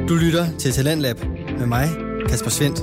Du lytter til Talentlab med mig, Kasper Svendt.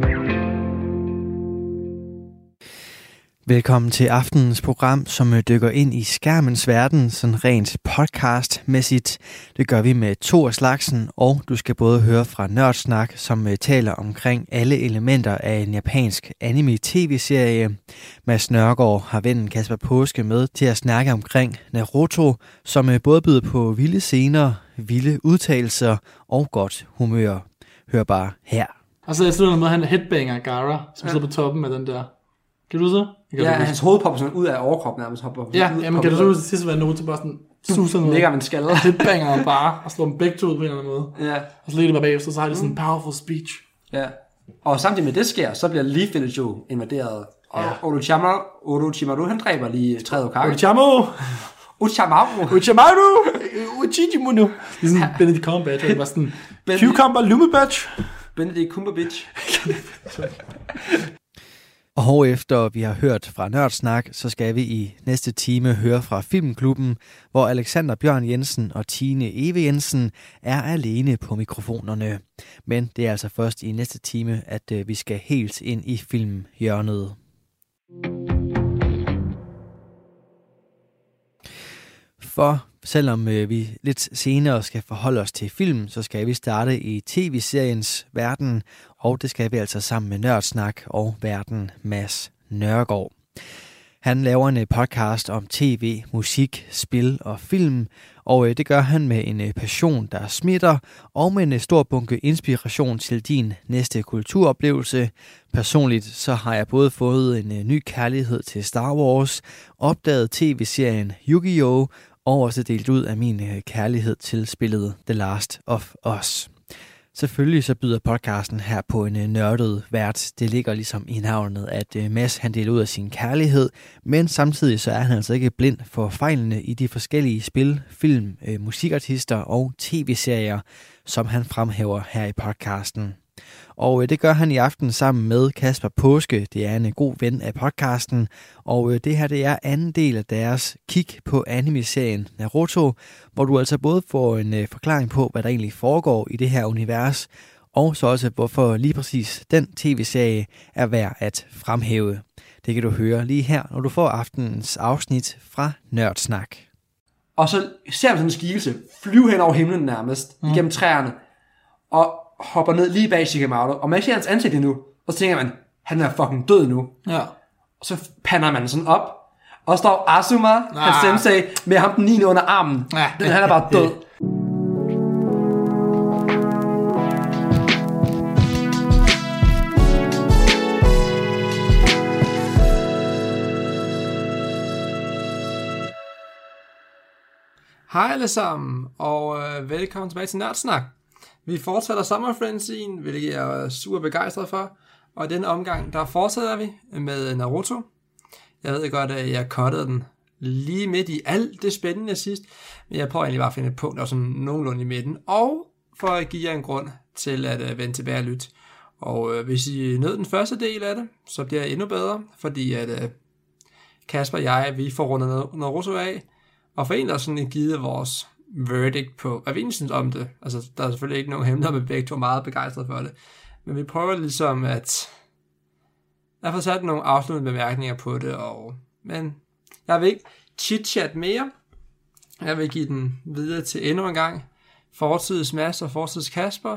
Velkommen til aftenens program, som dykker ind i skærmens verden, sådan rent podcastmæssigt. Det gør vi med Thor Slagsen, og du skal både høre fra Nørdsnak, som taler omkring alle elementer af en japansk anime-tv-serie. Mads Nørgaard har vennen Kasper Paaske med til at snakke omkring Naruto, som både byder på vilde scener, vilde udtalelser og godt humør. Hør bare her. Og så slutter med, at han headbanger Gaara, som sidder på toppen af den der. Kan du så? Ja, hans hoved popper sådan ud af overkroppen nærmest. Ja, men kan du så sidst være Naruto bare sådan suser noget? Ligger med en skaller. Headbanger ham bare, og slår dem begge to ud på en eller anden måde. Ja. Og så ligger det bare bagefter, så har de sådan en powerful speech. Ja. Og samtidig med det sker, så bliver Leaf Village jo invaderet. Og Orochimaru, han dræber lige træet og kakke. Uchimaru. Det er sådan Benedict Cumberbatch, det var sådan Cucumber Lumberbatch. Benedict Cumberbatch. Og efter vi har hørt fra Nørdsnak, så skal vi i næste time høre fra Filmklubben, hvor Alexander Bjørn Jensen og Tine Eve Jensen er alene på mikrofonerne. Men det er altså først i næste time, at vi skal helt ind i filmhjørnet. For selvom vi lidt senere skal forholde os til film, så skal vi starte i tv-seriens verden, og det skal vi altså sammen med Nørdsnak og verden Mads Nørgaard. Han laver en podcast om tv, musik, spil og film, og det gør han med en passion, der smitter, og med en stor bunke inspiration til din næste kulturoplevelse. Personligt så har jeg både fået en ny kærlighed til Star Wars, opdaget tv-serien Yu-Gi-Oh! Og også delt ud af min kærlighed til spillet The Last of Us. Selvfølgelig så byder podcasten her på en nørdet vært. Det ligger ligesom i navnet, at Mads han deler ud af sin kærlighed, men samtidig så er han altså ikke blind for fejlene i de forskellige spil, film, musikartister og tv-serier, som han fremhæver her i podcasten. Og det gør han i aften sammen med Kasper Paaske. Det er en god ven af podcasten, og det her det er anden del af deres kig på anime-serien Naruto, hvor du altså både får en forklaring på, hvad der egentlig foregår i det her univers, og så også hvorfor lige præcis den tv-serie er værd at fremhæve. Det kan du høre lige her, når du får aftenens afsnit fra Nørdsnak. Og så ser man sådan en skikkelse flyve hen over himlen nærmest, igennem træerne, og hopper ned lige bag Shikamaru, og man ikke ser hans ansigt endnu, og så tænker man, han er fucking død nu. Ja. Og så pander man sådan op, og står Asuma, hans sensei, med ham den 9. under armen. Han er bare død. Hej alle sammen, og velkommen tilbage til Nørdsnak. Vi fortsætter Summer Frenzy, hvilket jeg er super begejstret for. Og i denne omgang, der fortsætter vi med Naruto. Jeg ved godt, at jeg cuttede den lige midt i alt det spændende sidst. Men jeg prøver egentlig bare at finde et punkt, der er sådan nogenlunde i midten. Og for at give jer en grund til at vende tilbage og lytte. Og hvis I nød den første del af det, så bliver det endnu bedre. Fordi at Kasper og jeg, vi får rundet Naruto af. Og for en, der sådan givet vores verdict på, hvad vi egentlig synes om det. Altså, der er selvfølgelig ikke nogen hemmelighed, men begge to er meget begejstret for det. Men vi prøver ligesom at få sat nogle afsluttende bemærkninger på det, men jeg vil ikke chit-chat mere. Jeg vil give den videre til endnu en gang. Fortids Mads og fortids Kasper.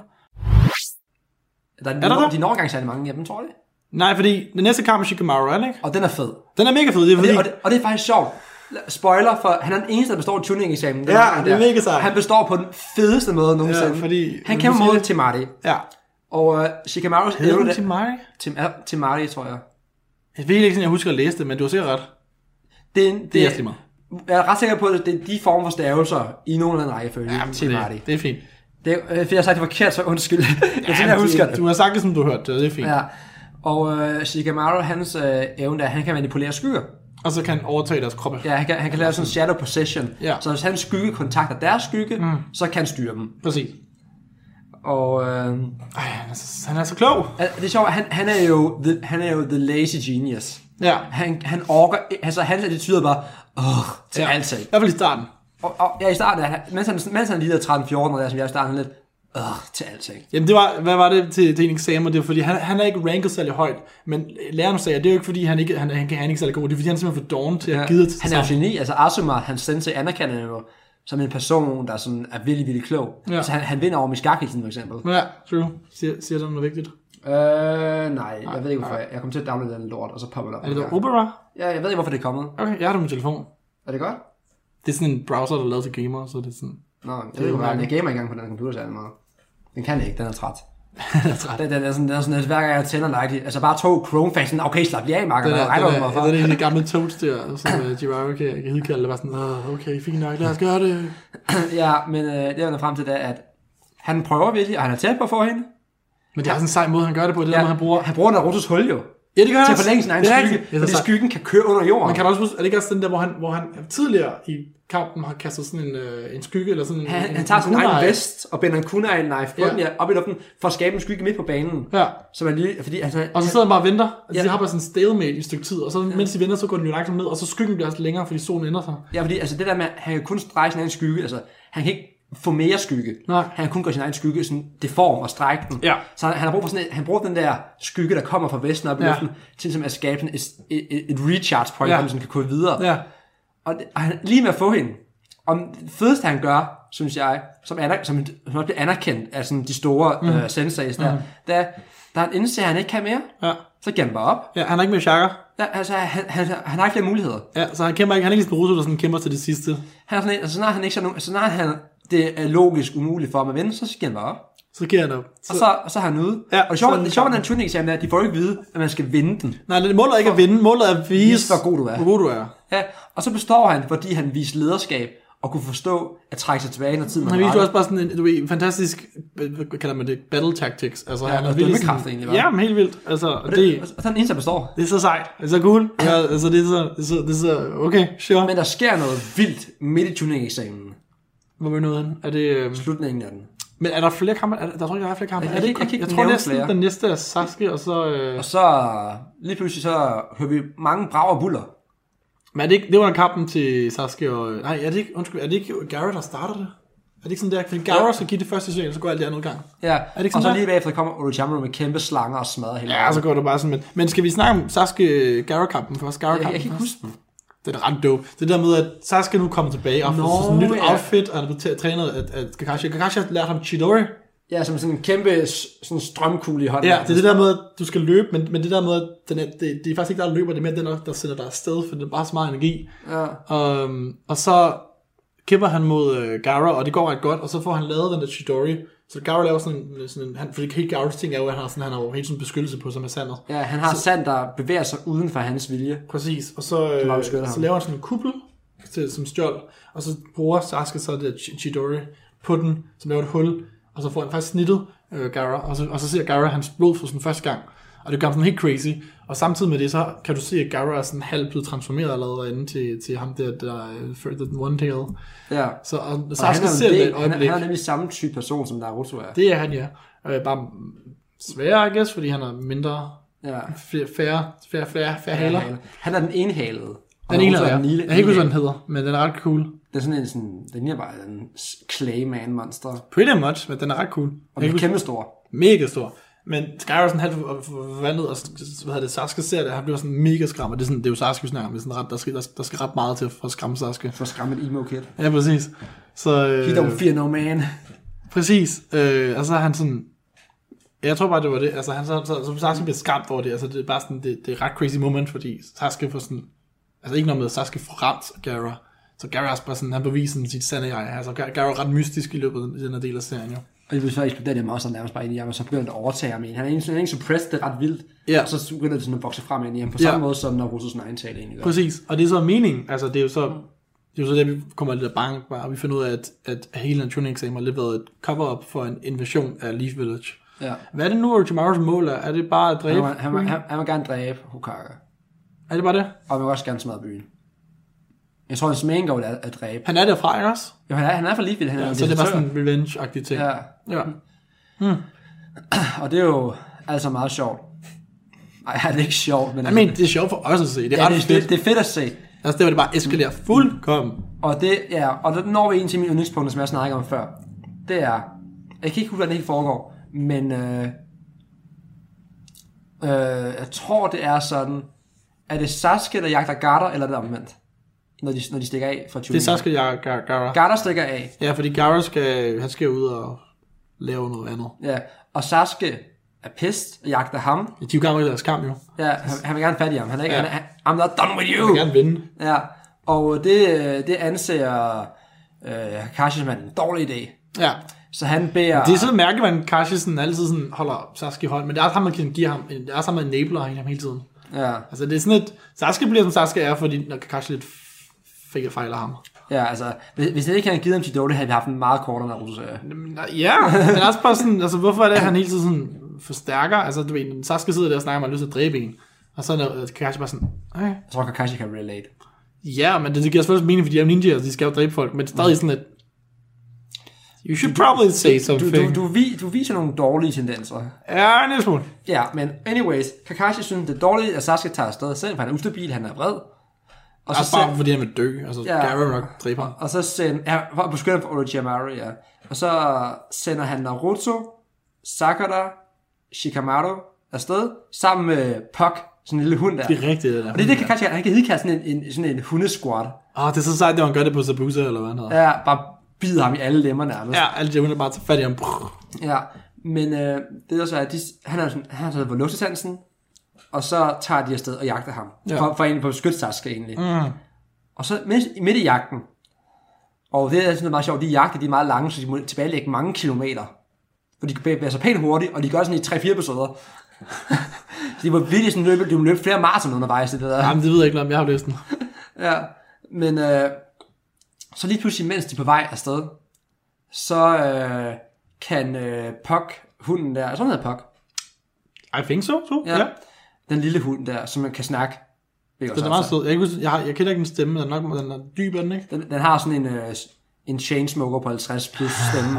De når engang særlig mange af dem, tror jeg. Nej, fordi den næste kamp er Shikamaru, ikke? Og den er fed. Den er mega fed. Det er fordi... og det er faktisk sjovt. Spoiler, for han er den eneste, der består i tuning-eksamen. Ja, det er mega sejt. Han består på den fedeste måde nogensinde. Ja, fordi... Han kæmper mod Temari. Ja. Og Shikamaru... Hedder det Temari? Temari, tror jeg. Jeg ved ikke sådan, jeg husker at læse det, men du har sikkert ret. Det er mig. Jeg er ret sikker på, at det er de former for stavelser i nogen eller anden rækkefølge. Ja, Temari. Det er fint. Fordi jeg har sagt det forkert, så undskyld. Jeg husker det. Du har sagt det, som du har hørt det er fint. Ja. Og Shikamaru, hans evne der, han kan manipulere skygger. Og så kan han overtage deres kroppe. Ja, han kan lave sådan en shadow possession. Ja. Så hvis hans skygge kontakter deres skygge, så kan han styre dem. Præcis. Og han er så klog. Det er sjovt, han er jo the lazy genius. Ja. Han orker, altså hans attitude er bare til alt. I hvert fald i starten. Og ja, i starten, mens han lige er 13-14 år, som jeg er i starten lidt, til alting. Jamen hvad var det til en eksamen? Det var fordi, han er ikke ranket særlig højt, men læreren sagde, at det er jo ikke fordi, han er ikke særlig god. Det er fordi, han er simpelthen for doven til at gide til Han er jo geni, altså Azumar, hans sensei anerkender jo som en person, der sådan er virkelig klog. Ja. Altså han vinder over Mishkaki for eksempel. Ja, true. Siger det noget vigtigt? Nej, jeg ved ikke hvorfor. Jeg kommer til at downloade den lort, og så popper det op. Er det der Opera? Ja, jeg ved ikke hvorfor det er kommet. Okay, jeg har det på min telefon. Er det godt? Det er sådan en browser, der er lavet til gamere, så det er sådan... Nå, jeg ved ikke hvorfor. Jeg gamer ikke engang på den computer særlig meget. Den kan ikke, den er træt. den er sådan, hver gang jeg tænder like, altså bare 2 Chrome-fans, sådan, okay, slap lige af, Marker. Det er de gamle toads der, som Jiraiya kan hidkalde, det var sådan, okay, fint nok, lad os gøre det. Ja, men det jeg frem til det, at han prøver virkelig, og han er tæt på at få hende. Men det er sådan en sej måde, han gør det på, det der, han bruger Narutos hul jo. Ja, det gør han til at forlænge sin egen skygge, fordi skyggen kan køre under jorden. Man kan også huske, er det ikke også den der, hvor han tidligere i kampen har kastet sådan en skygge, eller sådan han tager sin egen vest og binder en kunai-knife op i luften, for at skabe en skygge midt på banen. Ja. Så man lige, fordi, altså, og så sidder han bare og venter. Altså, de har bare sådan en stalemate i et stykke tid, og så mens de venter, så går den jo langsomt ned, og så skyggen bliver også længere, fordi solen ændrer sig. Ja, fordi altså, det der med, han kan kun strække sin egen skygge, altså, han kan ikke få mere skygge. Nej. Han kan kun gøre sin egen skygge sådan deform og strække den. Ja. Så han har brug for sådan han bruger den der skygge, der kommer fra vesten op i luften, til at skabe et recharge point, hvor man kan gå videre. Ja. Og han lige med at få hende. Og det fedeste han gør, synes jeg, som også bliver anerkendt af sådan de store senseis der han indser, at han ikke kan mere, så giver han bare op. Ja, han har ikke mere chakra. Ja, altså, han har ikke flere muligheder. Ja, så han kæmper ikke, han er ikke ligesom Naruto, der sådan kæmper til det sidste. Han er sådan, altså, snart han det er logisk umuligt for ham at vinde, så giver han bare op. Så giver han op. Og så er han ude. Ja, og det sjove med den tuning-eksamen er, at de får ikke vide, at man skal vinde den. Nej, målet er ikke at vinde, målet er at vise, hvor god du er. Ja, og så består han, fordi han viser lederskab, og kunne forstå at trække sig tilbage, når tiden var. Han viste også bare sådan en fantastisk, hvad kalder man det, battle tactics. Altså, han er dømmekraft egentlig, var. Ja, men helt vildt. Altså, og det er den eneste, der består. Det er så sejt. Det er så cool. Ja, altså, det er så, okay, sure. Men der sker noget vildt midt i tuning-eksamen. Hvor er vi nået hen? Er det... Slutningen af den. Men er der flere kampe? Der tror ikke, der er flere kampe. Jeg tror næsten, den næste er Sasuke, og så... Og så lige pludselig så hører vi mange brager buller. Men er det ikke... Det var kampen til Sasuke og... Nej, er det ikke... Undskyld, er det ikke Gaara, der starter det? Er det ikke sådan der? Fordi Gaara skal give det første serie, så går alt det andet gang. Ja, er det ikke sådan og så lige bagefter kommer Orochimaru med kæmpe slanger og smadrer hele. Ja, så går det bare sådan. Men skal vi snakke om Sasuke-Gaara-kampen først? Jeg kan ikke huske den. Det er ret dope. Det der med, at Sasuke nu kommer tilbage og får sådan et nyt outfit, og han er blevet trænet af Kakashi. Kakashi har lært ham Chidori. Ja, som sådan en kæmpe sådan strømkugle i hånden. Ja, det er det der med, at du skal løbe, men det der med, at det er faktisk ikke der, der løber, det er mere den, der sender dig afsted, for det er bare så meget energi. Ja. Og så kæmper han mod Gaara, og det går ret godt, og så får han lavet den der Chidori. Så Gaara laver sådan en fordi helt Gaara's ting er jo, at han har jo helt sådan en beskyttelse på sig med sandet. Ja, han har sand, der bevæger sig uden for hans vilje. Præcis, og så laver han sådan en kuppel som skjold, og så bruger Sasuke så det Chidori på den, som laver et hul, og så får han faktisk snittet Gaara, og så ser Gaara hans blod for sådan første gang, og det gør ham sådan helt crazy, og samtidig med det, så kan du se, at Gaara er sådan halvt blevet transformeret allerede derinde til ham der One Tail. Ja. Så Sasuke ser det et øjeblik. Han er nemlig samme type person, som Naruto er. Det er han, ja. Bare sværere, I guess, fordi han er mindre færre haler. Han er den enhalede. Den ene er, jeg kan ikke huske, hvad den hedder, men den er ret cool. Det er den er bare en Clayman-monster. Pretty much, men den er ret cool. Og den er kæmpe stor. Mega stor. Men Gaara er sådan halvt forvandlet, og Sasuke ser det, han bliver sådan mega skræmt, og det er jo Sasuke snakker om, det er sådan der skal ret meget til for at skræmme Sasuke. For at skræmme et emo-kid. Ja, præcis. Så, he don't fear no man. Præcis. Og så er han sådan, jeg tror bare, det var det, altså han så Sasuke bliver skræmt over det, altså det er bare sådan, det er ret crazy moment, fordi Sasuke får sådan, altså ikke noget med, Sasuke får ramt Gaara, så Gaara er bare sådan, han beviser sit sande jeg, altså Gaara er ret mystisk i løbet af den her del af serien, jo. Og det vil så eksplodere det også nærmest bare ind i ham, og så begynder det at overtage ham. Han er ikke suppressed, det er ret vildt. Ja. Og så begynder det sådan at vokse frem ind i ham, på samme måde som Naruto's egen tale egentlig gør. Præcis, og det er så meningen, altså det er jo så det, vi kommer lidt af bang, og vi finder ud af, at hele den tuning-eksamen har lidt været et cover-up for en invasion af Leaf Village. Ja. Hvad er det nu, Orochimarus mål er? Er det bare at dræbe? Han vil gerne dræbe Hokage. Er det bare det? Og han vil også gerne smadre byen. Jeg tror, hans main goal er at dræbe. Han er derfra, ikke også? Jo, han er for Leaf Village. Ja, så det er bare sådan en revenge-agtig ting. Ja. Og det er jo altså meget sjovt. Nej, det er ikke sjovt, men... det er sjovt for os at se. Det er ret fedt. Det er fedt at se. Altså, det var det bare eskalere fuldkommen. Og det, og der når vi en til mine yndlingspunkter, som jeg snakkede om før. Det er, Jeg kan ikke huske, hvordan det helt foregår, men jeg tror, det er sådan, er det Sasuke, der jagter Gaara, eller er det omvendt? Når de stikker af fra tuning. Det er Sasuke, Gaara. Gaara stikker af. Ja, fordi Gaara skal ud og lave noget andet. Ja, og Sasuke er pissed og jagter ham. De er jo gang med deres kamp, jo. Ja, han vil gerne fat i ham. Han er ikke, I'm not done with you. Han vil gerne vinde. Ja, og det anser Kakashi som en dårlig idé. Ja. Så han beder... Det er så mærkeligt, at Kakashi sådan altid sådan holder Sasuke i hånd, men det er også ham, man kan give ham. Det er også ham, man enabler ham hele tiden. Ja. Altså det er sådan et... Sasuke bliver som Sasuke er, fordi når Kakashi lidt fejler ham. Ja, altså, hvis det ikke havde givet ham Chidori, havde vi haft en meget kortere Naruto-serie. Ja, men også bare sådan, altså hvorfor er det, at han hele tiden sådan forstærker? Altså du ved, Sasuke sidder der og snakker, man har lyst til at dræbe en. Og så er Kakashi bare sådan, okay. Jeg tror, Kakashi kan relate. Ja, men det giver selvfølgelig mening, fordi de er ninja, og de skal jo dræbe folk, men det er stadig sådan lidt... You should probably say something. Du viser nogle dårlige tendenser. Ja, en lille smule. Ja, men anyways, Kakashi synes, det er dårligt, at Sasuke tager afsted selv, for han er ustabil, han er vred. Og så bare fordi han vil dø, altså Gaara vil nok dræbe ham. Og så sender for at beskytte ham for Orochimaru, ja. Og så sender han Naruto, Sakura, Shikamaru afsted, sammen med Puck, sådan en lille hund der. Det er rigtigt, det der. Og det er det, Kakashi, han kan hidkalde sådan en hundesquad. Det er så sejt, at han gør det på Zabuza, eller hvad han hedder. Ja, bare bider ham i alle lemmer nærmest. Ja, alle de hunde bare tager fat i ham. Ja, men det er så, at han har taget på luksesansen, og så tager de afsted og jagter ham. Ja. For egentlig på beskyttelsestaske egentlig. Og så midt i jagten, og det er sådan noget meget sjovt, de jagter, de er meget lange, så de må tilbagelægge mange kilometer. For de bevæger sig pænt hurtigt, og de gør sådan i 3-4 episoder. Så de må virkelig sådan løbe flere maraton undervejs. Det der. Jamen, det ved jeg ikke, om jeg har læst den. Ja, men så lige pludselig, mens de er på vej afsted, så kan Puck, hunden der, sådan hedder Puck. I think so. Ja. Den lille hund der, som man kan snakke. Så det er meget sød. Jeg kender ikke en stemme, den er dyb, er den ikke? Den har sådan en chainsmoker på 50 plus stemme.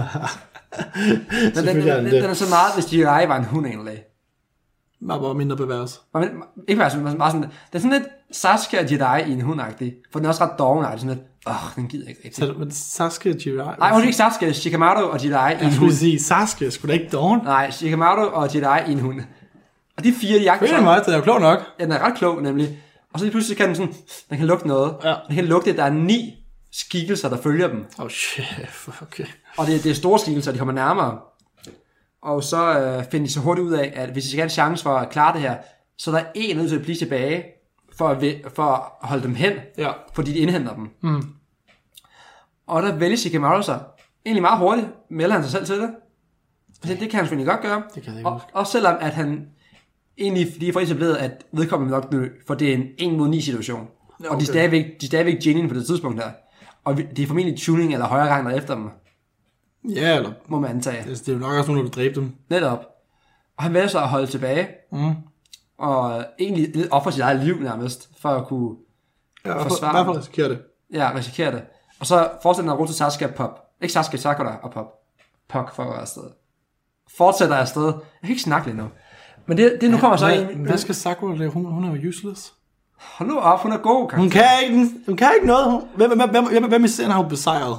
den er så meget, hvis Jiraiya var en hund egentlig. Bare mindre beværes. Ikke bare sådan, det er sådan lidt Sasuke og Jiraiya i en hundagtig, for den er også ret dovenagtig, sådan lidt, den gider ikke rigtig. Men Sasuke og Jiraiya? Nej, hun ikke Sasuke, Shikamaru og Jiraiya i en hund. Jeg skulle sige, Sasuke, skulle da ikke doven? Nej, Shikamaru og Jiraiya i en hund. Og de 4, de jagter sådan. Det er jo klog nok. Ja, den er ret klog nemlig. Og så lige pludselig kan den kan lugte noget. Ja. Den kan lugte, at der er 9 skikkelser, der følger dem. Chef, okay. Og det er store skikkelser, de kommer nærmere. Og så finder de så hurtigt ud af, at hvis de skal have en chance for at klare det her, så er der en nødt til at blive tilbage, for at holde dem hen, fordi de indhenter dem. Og der vælger Shikamaru sig egentlig meget hurtigt, melder han sig selv til det. Det kan han selvfølgelig godt gøre. Det kan jeg ikke huske. Og selvom at han egentlig, fordi jeg får etableret, at vedkommende nok dø, for det er en 1-mod-9 situation. Ja, okay. Og de er stadigvæk genuine på det tidspunkt her. Og det er formentlig tuning eller højere gang der efter dem. Ja, eller... Må man antage. Det er jo nok også nogen, der vil dræbe dem. Netop. Og han vælger så at holde tilbage. Og egentlig lidt offer sit eget liv nærmest, for at kunne forsvare. I hvert fald risikere det. Ja, risikere det. Og så fortsætter Naruto, Sasuke og Pop. Ikke Sasuke, Sakura og Pop. Puck for at være afsted. Fortsætter afsted. Jeg kan ikke snakke lidt nu. Men det nu kommer så en... Hvad skal Sakura lave? Hun er jo useless. Hold nu op, hun er god. Hun kan ikke noget. Hvem i serien har hun besejret?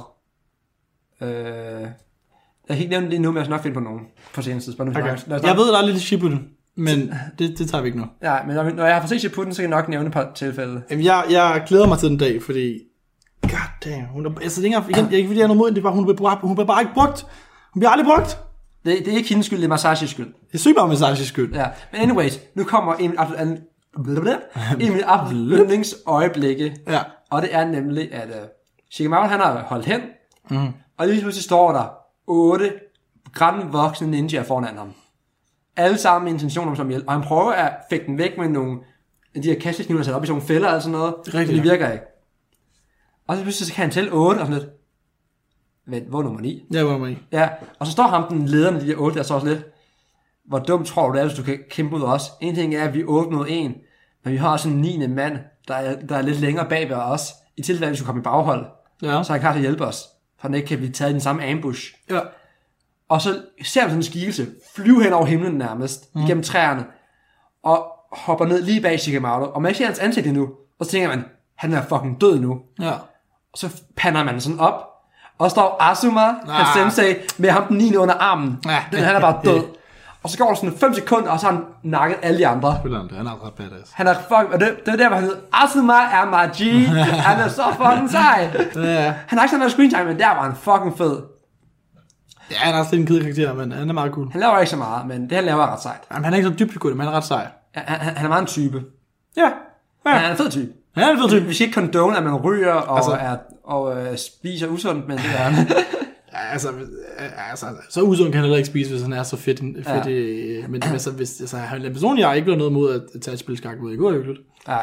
Jeg kan ikke nævne det nu, men jeg skal nok finde på nogen på seneste tidspunkt. Okay. Jeg ved, der er lidt Shippuden, men det tager vi ikke nu. Ja, men når jeg har fået set Shippuden, så kan jeg nok nævne et par tilfælde. Jeg glæder mig til den dag, fordi... God damn. Altså, det er ikke fordi jeg er noget mod, det er bare, hun bliver bare ikke brugt. Hun bliver aldrig brugt. Det er ikke hendes skyld, det er Masashis skyld. Det er sygt bare Masashis skyld. Ja, men anyways, nu kommer en af mine yndlingsøjeblikke. Ja. Og det er nemlig, at Shikamaru, han har holdt hen, og lige pludselig står der 8 grandvoksne ninjaer foran ham. Alle sammen med intention om som hjælp. Og han prøver at fække den væk med nogle af de her kastekniver, der sat op i sådan nogle fælder eller sådan noget. Det virker ikke. Og så pludselig så kan han tælle 8 og sådan lidt. Vent, hvor er nummer 9? Ja, hvor er nummer 9? Ja, og så står ham den lederen af de der 8 der så også lidt. Hvor dumt tror du det er, hvis du kan kæmpe mod os? En ting er, at vi er 8 mod 1, men vi har også en 9. mand, der er lidt længere bag ved os. I tilfælde, hvis vi kommer i baghold, så er han klar til at hjælpe os. For han ikke kan blive taget i den samme ambush. Ja. Og så ser vi sådan en skikkelse flyve hen over himlen nærmest, igennem træerne, og hopper ned lige bag Shikamaru. Og man ser hans ansigt endnu, og så tænker man, han er fucking død nu. Ja. Og så pander man sådan op, Og så står Asuma, hans sensei, med ham den 9. under armen. Han er bare død. Og så går der sådan 5 sekunder, og så har han nakket alle de andre. Han er ret badass. Han er fucking... Og det er der, hvor han hedder, Asuma er magi. Han er så fucking sej. Han har ikke sådan noget screentime, men der var han fucking fed. Ja, han er også lidt en kedelig karakter, men han er meget cool. Han laver ikke så meget, men det han laver er ret sejt. Jamen, han er ikke så dybdegående, men han er ret sej. Han er meget en type. Ja. Han er en fed type. Han er en fed type. Vi skal ikke condone, at man ryger og spiser usundt, men det er han. Altså, så usund kan han heller ikke spise, hvis han er så fedt. Men altså, hvis han personligt har ikke noget mod at tage et spil skak ud. Det går jo hyggeligt. Ja.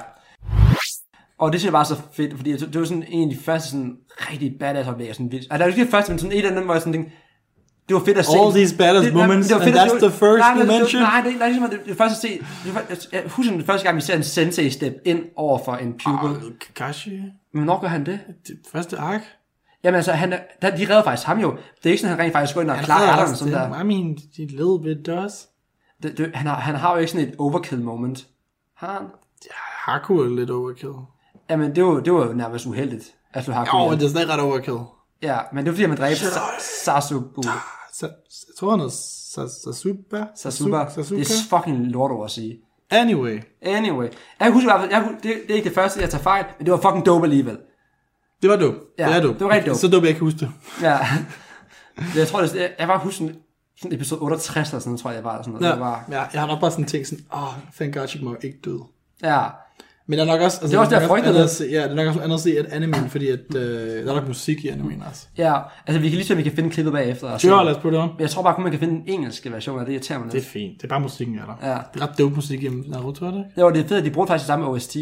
Og det synes jeg bare så fedt, fordi det var sådan en af de første sådan rigtig badass oplæg. Sådan vildt. Altså, der var ikke det første, men sådan et af dem, hvor jeg sådan tænkte, det var fedt at se. All these badass moments, and that's the first you mentioned. Nej, det er ligesom det første at se. Jeg husker den første gang, vi ser en sensei step ind over for en pupil. Kakashi. Men hvornår gør han det? Det første ark. Jamen altså, de redder faktisk ham jo. Det er ikke sådan, han rent faktisk går ind og klarer ærterne sådan der. I mean, a little bit does. Han har jo ikke sådan et overkill moment. Har han? Ja, Haku er lidt overkill. Jamen, det var jo nærmest uheldigt, at du Haku. Jo, men det er stadig ret overkill. Ja, men det var fordi, man dræbte Sasubu. Jeg tror, han er Sasuba. Det er fucking lort over at sige. Anyway. Jeg husker i hvert fald, det er ikke det første, jeg tager fejl, men det var fucking dope alligevel. Det var dope. Ja, det var rigtig dope. Så dope, jeg kan huske det. Ja. Jeg tror, jeg var huske sådan episode 68 eller sådan, tror jeg var sådan noget. Ja, det var... ja, jeg har nok bare sådan tænkt sådan, thank God, she må ikke død. Ja. Men der er nok også... Altså, det er også der frygtet det. Ja, det er nok også andet at se et anime, fordi at, der er nok musik i anime også. Ja, altså vi kan lige se, om vi kan finde klippet bagefter. Sure, lad os prøve det om. Jeg tror bare kun, man kan finde den engelske version af det, irriterer mig lidt. Det er fint. Det er bare musikken, er der. Ja. Det er ret dope musik i Naruto, er det? Det var det fedt, at de brugte faktisk samme OST.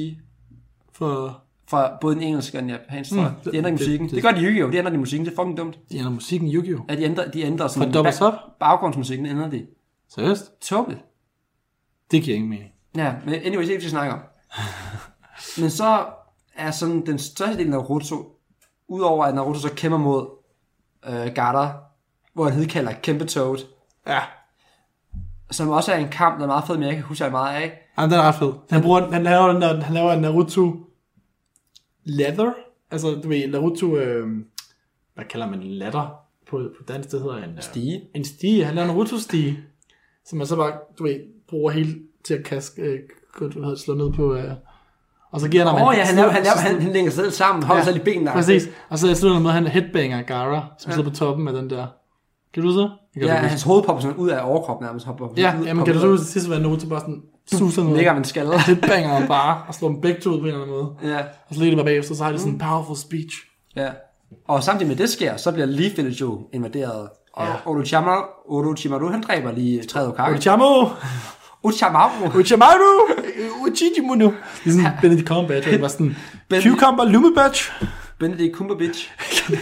For både den engelske og den japanske, tror jeg. De ændrer musikken. Det gør de Yu-Gi-Oh! De ændrer de musikken, det er fucking dumt. De ændrer musikken i Yu-Gi-Oh! Ja, de ændrer sådan... For Double Up? Baggrundsmusikken ændrer de. Seriøst? Tåbeligt. Det giver ingen mening. Ja, men anyways, det er ikke, vi snakker om. Men så er sådan den største del af Naruto, udover at Naruto så kæmper mod Gaara, hvor han hedkalder Kæmpe Toad. Ja. Som også er en kamp, der er meget fed, men jeg kan huske meget af. Ja, den er ret fed. Han laver en Naruto ladder. Altså, du ved, Naruto, hvad kalder man ladder på dansk? Det hedder en stige. En stige. Han laver en Naruto-stige, som man så bare, du ved, bruger helt til at kaste, slå ned på... Og så giver han længer sig selv sammen, holder sig i benene. Præcis. Og så slutter med, at han headbanger Gaara, som sidder på toppen af den der. Kan du så? Ja, hans hoved popper sådan ud af overkroppen nærmest. Men kan du så sidst være Naruto bare sådan suser noget? Lægger man skaller. Headbanger ham bare, og slår dem begge to ud på en eller anden måde. Ja. Og så ligger det bare bagefter, så har de sådan en powerful speech. Ja. Og samtidig med det sker, så bliver Leaf Village jo invaderet. Og Orochimaru, han dræber lige træet Hokage. Uchimaru! Uchijimuno. Det er sådan Benedict Cumberbatch, det var sådan Cucumber Lumebatch. Benedict Cumberbatch.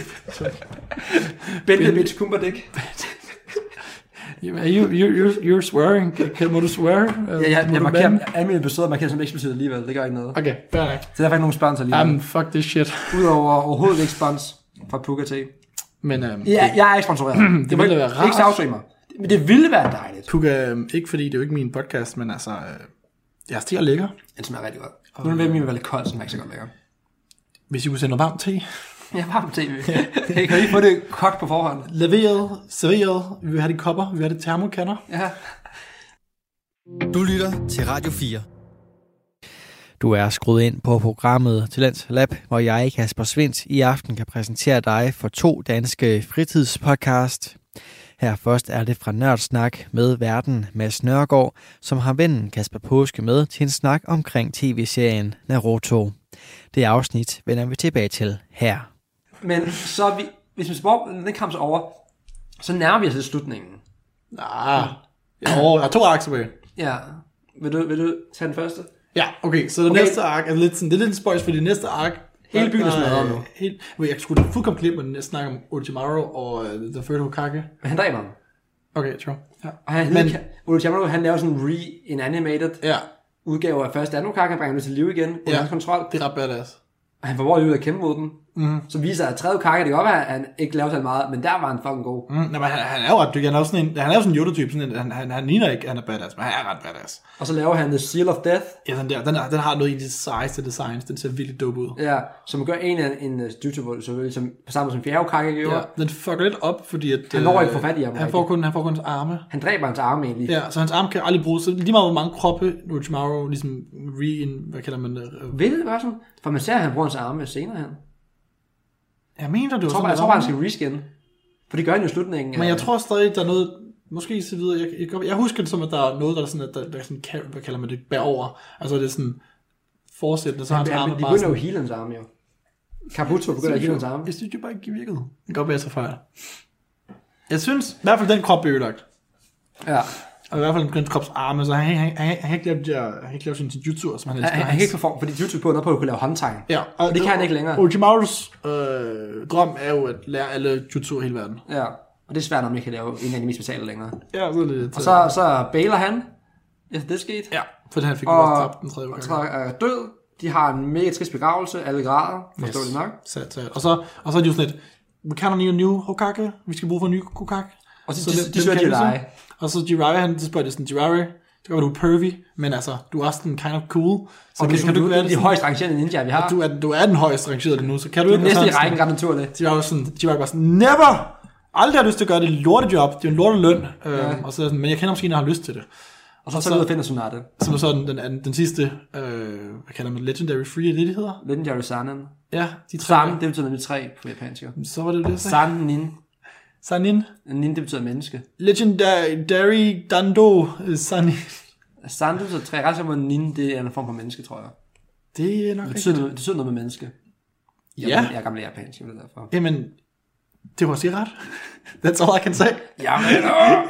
Benedict Cumberdick. You're swearing. Må du swear? Jeg markerer alle mine episoder, markerer som eksplicit alligevel. Det gør ikke noget. Okay, fair nok. Så der er faktisk nogle sponsor alligevel. Fuck this shit. Udover overhovedet ikke spons fra Puka T. Men jeg er ikke sponsoreret. Det ville være rart. Ikke sagsøge mig. Men det ville være dejligt. Puka, ikke fordi det er jo ikke min podcast, men altså, jeg stiger lækker. Den smager rigtig godt. Nu er det være lidt koldt, så den er ikke så godt lækker. Hvis I kunne sende noget varmt te. Ja, varmt te. Kan I få det kogt på forhånd? Leveret, serveret. Vi vil have det kopper, vi vil have det termokanner. Ja. Du lytter til Radio 4. Du er skruet ind på programmet Talent Lab, hvor jeg, Kasper Svindt, i aften kan præsentere dig for 2 danske fritidspodcast. Her først er det fra Nørdsnak med værten Mads Nørgaard, som har vennen Kasper Påske med til en snak omkring tv-serien Naruto. Det afsnit vender vi tilbage til her. Men så hvis vi spørger, den kamp så over, så nærmer vi os til slutningen. Jeg har 2 ark tilbage. Ja. Vil du tage den første? Ja, okay. Så det næste ark er lidt sådan, det er lidt en spoils, for det næste ark hele byen er smadret nu. Jeg skulle fuldkommen klippe med den næste snak om Orochimaru og The Third Hokage. Men han dræber ham. Okay, true. Ja. Og Orochimaru, han laver sådan en animated udgave af første Hokage, han bringer ham til liv igen, under hans kontrol. Det er ret badass. Og han får ud af at kæmpe mod den, Så viser at tredje Hokage, det kan godt være, at han ikke laver så meget, men der var han fucking god. Men han er jo ret dygtig. Han er jo sådan en Yoda-type. Han ligner ikke, han er badass, men han er ret badass. Og så laver han The Seal of Death. Ja, den har noget i det sejeste designs. Den ser virkelig dope ud. Ja, som gør en jutsu, selvfølgelig, som på samme måde som fjerde Hokage gjorde. Ja, den fucker lidt op, fordi at... Han når ikke få fat i ham. Han får kun hans arme. Han dræber hans arme egentlig. Ja, så hans arme kan aldrig bruges. Så lige meget hvor mange kroppe Orochimaru ligesom hvad kalder man det? Ved det bare sådan? For man ser, at han bruger hans arme senere hen. Jeg mener, det var jeg tror bare, han skal reskin. For det gør han jo i slutningen. Men jeg tror stadig, der er noget... Måske så videre. Jeg husker det som, at der er noget, der er sådan, at der er sådan, hvad kalder man det, bagover. Altså det er sådan fortsættende, så hans arme bare... De begynder jo at heale hans arme, jo. Kabuto begynder at heale hans arme. Jeg synes jo bare ikke virkede. Det kan godt være, jeg tager fejl. Jeg synes, i hvert fald den krop bliver ødelagt. Ja. Og i hvert fald den krops arme, så han kan ikke lave sin jutsu, som han elsker. Han kan ikke performe, fordi jutsu på noget på at kunne lave håndtegn. Ja. Og det kan han ikke længere. Orochimarus drøm er jo at lære alle jutsu i hele verden. Ja. Og det er svært, når man ikke kan lave en af de mest basale længere. Ja, så er det. Og så bailer han, efter det skete. Ja, for han fik også tabt den tredje gang. Og er død. De har en mega trist begravelse, alle grader. Forstår det nok. Sat. Og så er de jo sådan lidt, we can't need a new Hokage. Vi skal bruge for en ny Hokage. Og de søger Jiraiya. Og så Jiraiya, han spørger det sådan, Jiraiya, det kan være, du er pervy, men altså, du er også den kind of cool. Så og kan du være de højst rangerede ninja, vi har. Du er den højst rangerede nu, så kan du ikke... Du er næsten i rækken ret naturligt. Jiraiya var sådan, never! Aldrig har lyst til at gøre det lortejob, det er en lorteløn, og så sådan, men jeg kender måske, når jeg har lyst til det. Og så ud og finder Tsunade. Som er så den sidste, hvad kalder man, Legendary Free, er det hedder? Legendary Sanin. Ja, de tre. Sanin, det betyder nemlig 3 på japansk. Så var det det, Sanin. Sanin? Nin, det betyder menneske. Legendary Dando Sanin. Sanin betyder 3, ret som Nin, det er en form for menneske, tror jeg. Det er nok det betyder noget med menneske. Ja. Jeg er gammel japansk, jeg ved derfor. Jamen, det var også ret. That's all I can say. Jamen,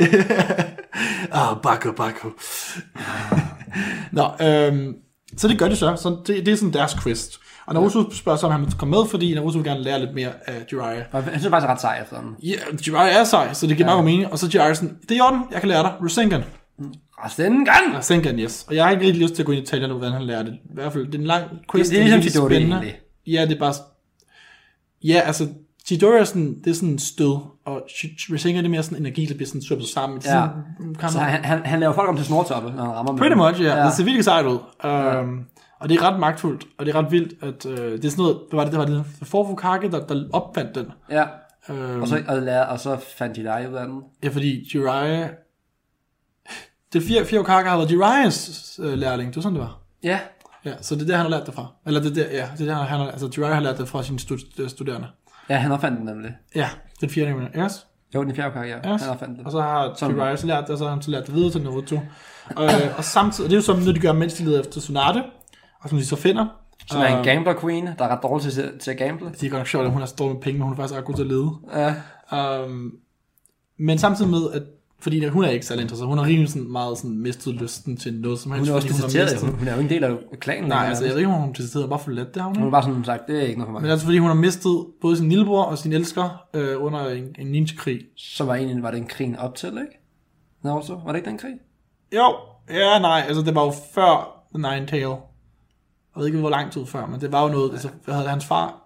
Bako. Nå, så det gør det så. Så det er sådan deres quest. Og Naruto spørger så, om han vil komme med, fordi Naruto vil gerne lære lidt mere af Jiraiya. Han synes faktisk ret sej efter den. Ja, Jiraiya er sej, så det giver meget mening. Og så Jiraiya sådan, det er i orden, jeg kan lære dig. Rasengan. Rasengan, yes. Og jeg har ikke rigtig lyst til at gå ind i detaljer nu, hvordan han lærer det. I hvert fald, det er en lang quest. Det er ligesom Chidori egentlig. Ja, det er bare... Ja, altså... Chidori er sådan, det er sådan en stød, og Rasengan er mere sådan energi, der bliver sådan svøbet sammen. Ja. Så han laver folk om til snortoppe, når han rammer med. Pretty much, ja. Det ser virkelig sejt ud. Og det er ret magtfuldt, og det er ret vildt, at det er sådan noget, det var det Hokage, der opfandt den. Ja, og så fandt Jiraiya ud af den. Ja, fordi Jiraiya... Det 4 Hokage har været Jiraiyas lærling, det var sådan, det var. Ja. Ja, så det er der, han har lært det fra. Eller det er der, altså Jiraiya har lært det fra sine studerende. Ja, han opfandt den nemlig. Ja, den 4. Yes. Jo, den 4. Hokage, ja. Yes. Han opfandt den. Og så har Jiraiya så lært det, og så har han så lært det videre til Naruto. Og samtidig, det er jo som, når de gør, mens de leder efter Tsunade, og som de så finder. Som er en gambler queen, der er ret dårlig til at gamble. Det er godt nok sjovt, at hun er så dårlig med penge, men hun er faktisk ret god til at lede. Ja. Men samtidig med, at fordi hun er ikke særlig interesseret, hun har rimelig sådan meget sådan mistet lysten til noget som helst. Hun er også deserteret, hun er jo en del af klanen. Nej, altså jeg ved ikke, om hun er deserteret, bare forladt det har hun. Hun er bare sådan sagt, det er ikke noget for mig. Men altså fordi hun har mistet både sin lillebror og sin elsker under en ninja-krig. Så var det en krig op til, ikke? Naruto, var det ikke den krig? Jo, ja nej, altså det var jo før The Nine Tail. Jeg ved ikke, hvor lang tid før, men det var jo noget, altså hvad hedder hans far,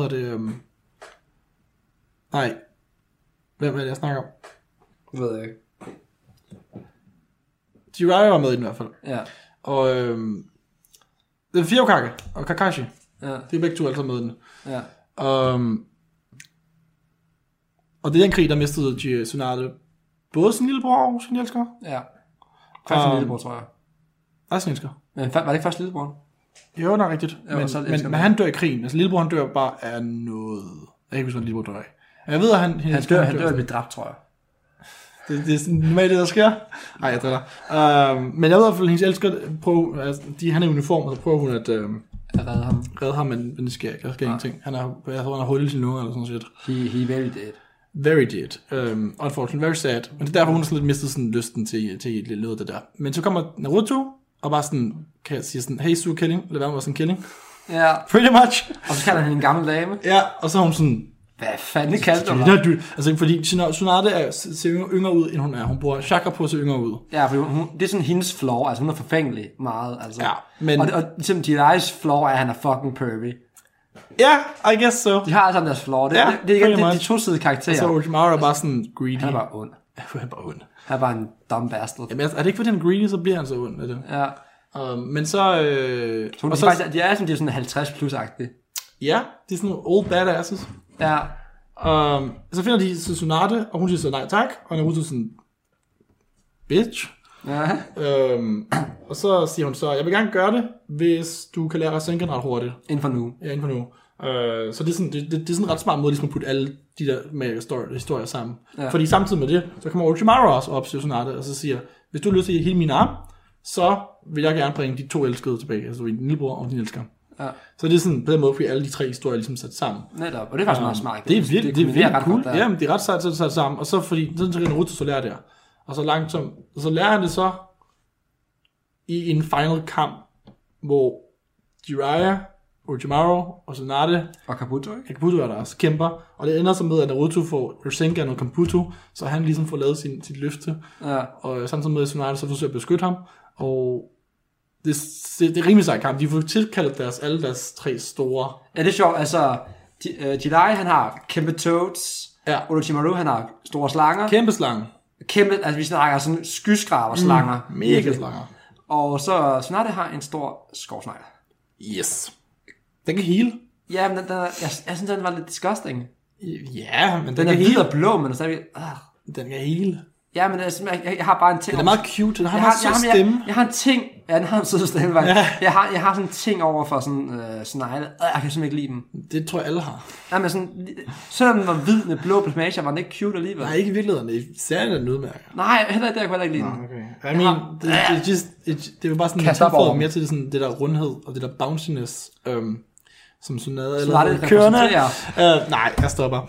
nej, hvem er det, jeg snakker om? Det ved jeg ikke. Jiraiya var med i den i hvert fald. Ja. Og det er 4 Hokage og Kakashi. Ja. Det er begge to altså med den. Ja. Og det er den krig, der mistede Tsunade både sin lillebror og sin elsker. Ja. Først sin lillebror, tror jeg. Og sin elsker. Men var det ikke først lillebror? Jo, det er rigtigt. Men han dør i krigen. Altså lillebror, han dør bare af noget... Jeg kan ikke huske, hvad lillebror dør af. Jeg ved, at han dør at blive dræbt, tror jeg. Det er sådan normalt det, der sker. Nej, jeg driller. Men jeg ved i hvert fald, at hendes elsker prøver... Altså, han er i uniform, og så prøver hun at... redde ham, men det sker ikke. Der sker ingenting. Han har hul i sin lunge, eller sådan noget. He very dead. Very dead. Unfortunately, very sad. Men det er derfor, hun har sådan lidt mistet sådan lysten til noget af det der. Men så kommer Naruto, og bare sådan, kan jeg sige sådan, hey, Sue Killing, lad være med sådan en killing. Ja. Pretty much. Og så kalder han en gammel dame. Ja, og så er hun sådan, hvad fanden kaldte du mig? Altså, fordi Tsunade ser yngre ud, end hun er. Hun bruger chakra på at se yngre ud. Ja, for det er sådan hendes flaw. Altså, hun er forfængelig meget. Altså. Ja, men... Og ligesom Jiraiya's flaw er, at han er fucking pervy. Ja, I guess so. De har alle sammen deres flaw. Det er igen de to-sidede karakterer. Og så Orochimaru er bare sådan greedy. Han er bare ond. Han er bare ond. Han er bare en dumb bastard. Jamen, er det ikke fordi han er greedy, så bliver han så ond, er det? Ja. Men så... de er sådan 50 plus-agtige. Ja, de er sådan nogle old badasses. Ja. Så finder de Tsunade, og hun siger så nej tak, og Naruto sådan, bitch. Ja. Og så siger hun så, jeg vil gerne gøre det, hvis du kan lære Rasengan ret hurtigt. Inden for nu. Ja, inden for nu. Så det er sådan, det er sådan en ret smart måde, ligesom at putte alle de der med historier sammen. Ja. Fordi samtidig med det, så kommer Orochimaru også op til Tsunade, og så siger, hvis du har lyst til hele min arm, så vil jeg gerne bringe de 2 elskede tilbage, altså din lillebror og din elsker. Ja. Så det er sådan, på den måde, fordi alle de 3 historier ligesom sat sammen. Netop, og det er faktisk meget smart. Det er virkelig cool. Ja, men det er ret sejt at sat sammen, og så fordi, så kan Naruto så lære det her. Og så langsomt, og så lærer han det så i en final kamp, hvor Jiraiya, Orochimaru og Tsunade og Kabuto, ikke? Kabuto er der også, kæmper, og det ender så med, at Naruto får Rasengan og Kabuto, så han ligesom får lavet sit løfte, og samtidig med, at Tsunade så forsøger at beskytte ham, og det er rimelig sejt kamp. De får tilkaldt alle deres 3 store... Ja, det er sjovt, altså, Jiraiya, han har kæmpe toads, Orochimaru, han har store slanger. Kæmpe slanger. Altså vi snakker sådan skyskraber-slanger. Mega slanger. Og så Tsunade har en stor skovsnegl. Yes. Den kan heal. Ja, men jeg synes, den var lidt disgusting. Ja, men den er hvid og blå, men stadig... Den kan heal. Ja, men jeg har bare en ting... Den er meget cute, den har en sød stemme. Jeg har en ting... Ja, den har en sød stemme, ja. Jeg har sådan en ting over for sådan snegle. Jeg kan simpelthen ikke lide dem. Det tror jeg alle har. Ja, men sådan... Selvom den var hvid med blå plasmager, var den ikke cute alligevel. Nej, ikke i virkeligheden. Det er særligt en udmærker. Nej, heller ikke der kunne jeg ikke lide den. Okay. Det er bare sådan en tilføjet mere til det der rundhed og det der bounciness, som Tsunade eller kørende. Nej, jeg stopper.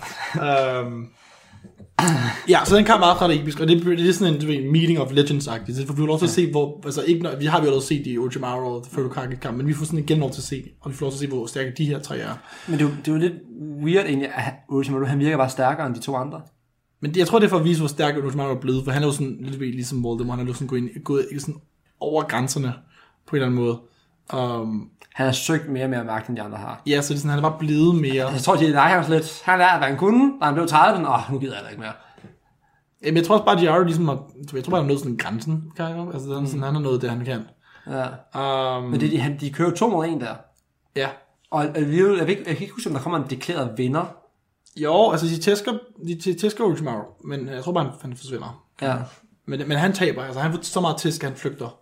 Ja, så den kan meget ret episk, og det er sådan en meeting of legends-agtigt. Så vi får lov til at se, hvor... Altså, ikke, vi har jo allerede set i Orochimaru og Furukage-kamp, men vi får sådan igen lov til at se, og vi får lov til at se, hvor stærke de her 3 er. Men det er jo lidt weird egentlig, at Orochimaru, han virker bare stærkere end de 2 andre. Men jeg tror, det er for at vise, hvor stærk Orochimaru er blevet, for han er jo sådan lidt ligesom Voldemort, han er jo sådan gået sådan over grænserne på en eller anden måde. Han har søgt mere og mere magt, end de andre har. Ja, så det er sådan, han er bare blevet mere... Jeg tror, han er lidt... Han lærte, hvad han kunne, da han blev 30, nu gider jeg ikke mere. Jamen, jeg tror også bare, at Jiraiya ligesom har... Jeg tror bare, han har nået sådan en grænsen, kan jeg altså, sådan, han har nået det, han kan. Ja. Men de kører 2 mod 1 der. Ja. Og jeg kan ikke huske, om der kommer en deklareret vinder. Jo, altså de tæsker Orochimaru, men jeg tror bare, han forsvinder. Ja. Men han taber, altså han får så meget tæsk, at han flygter.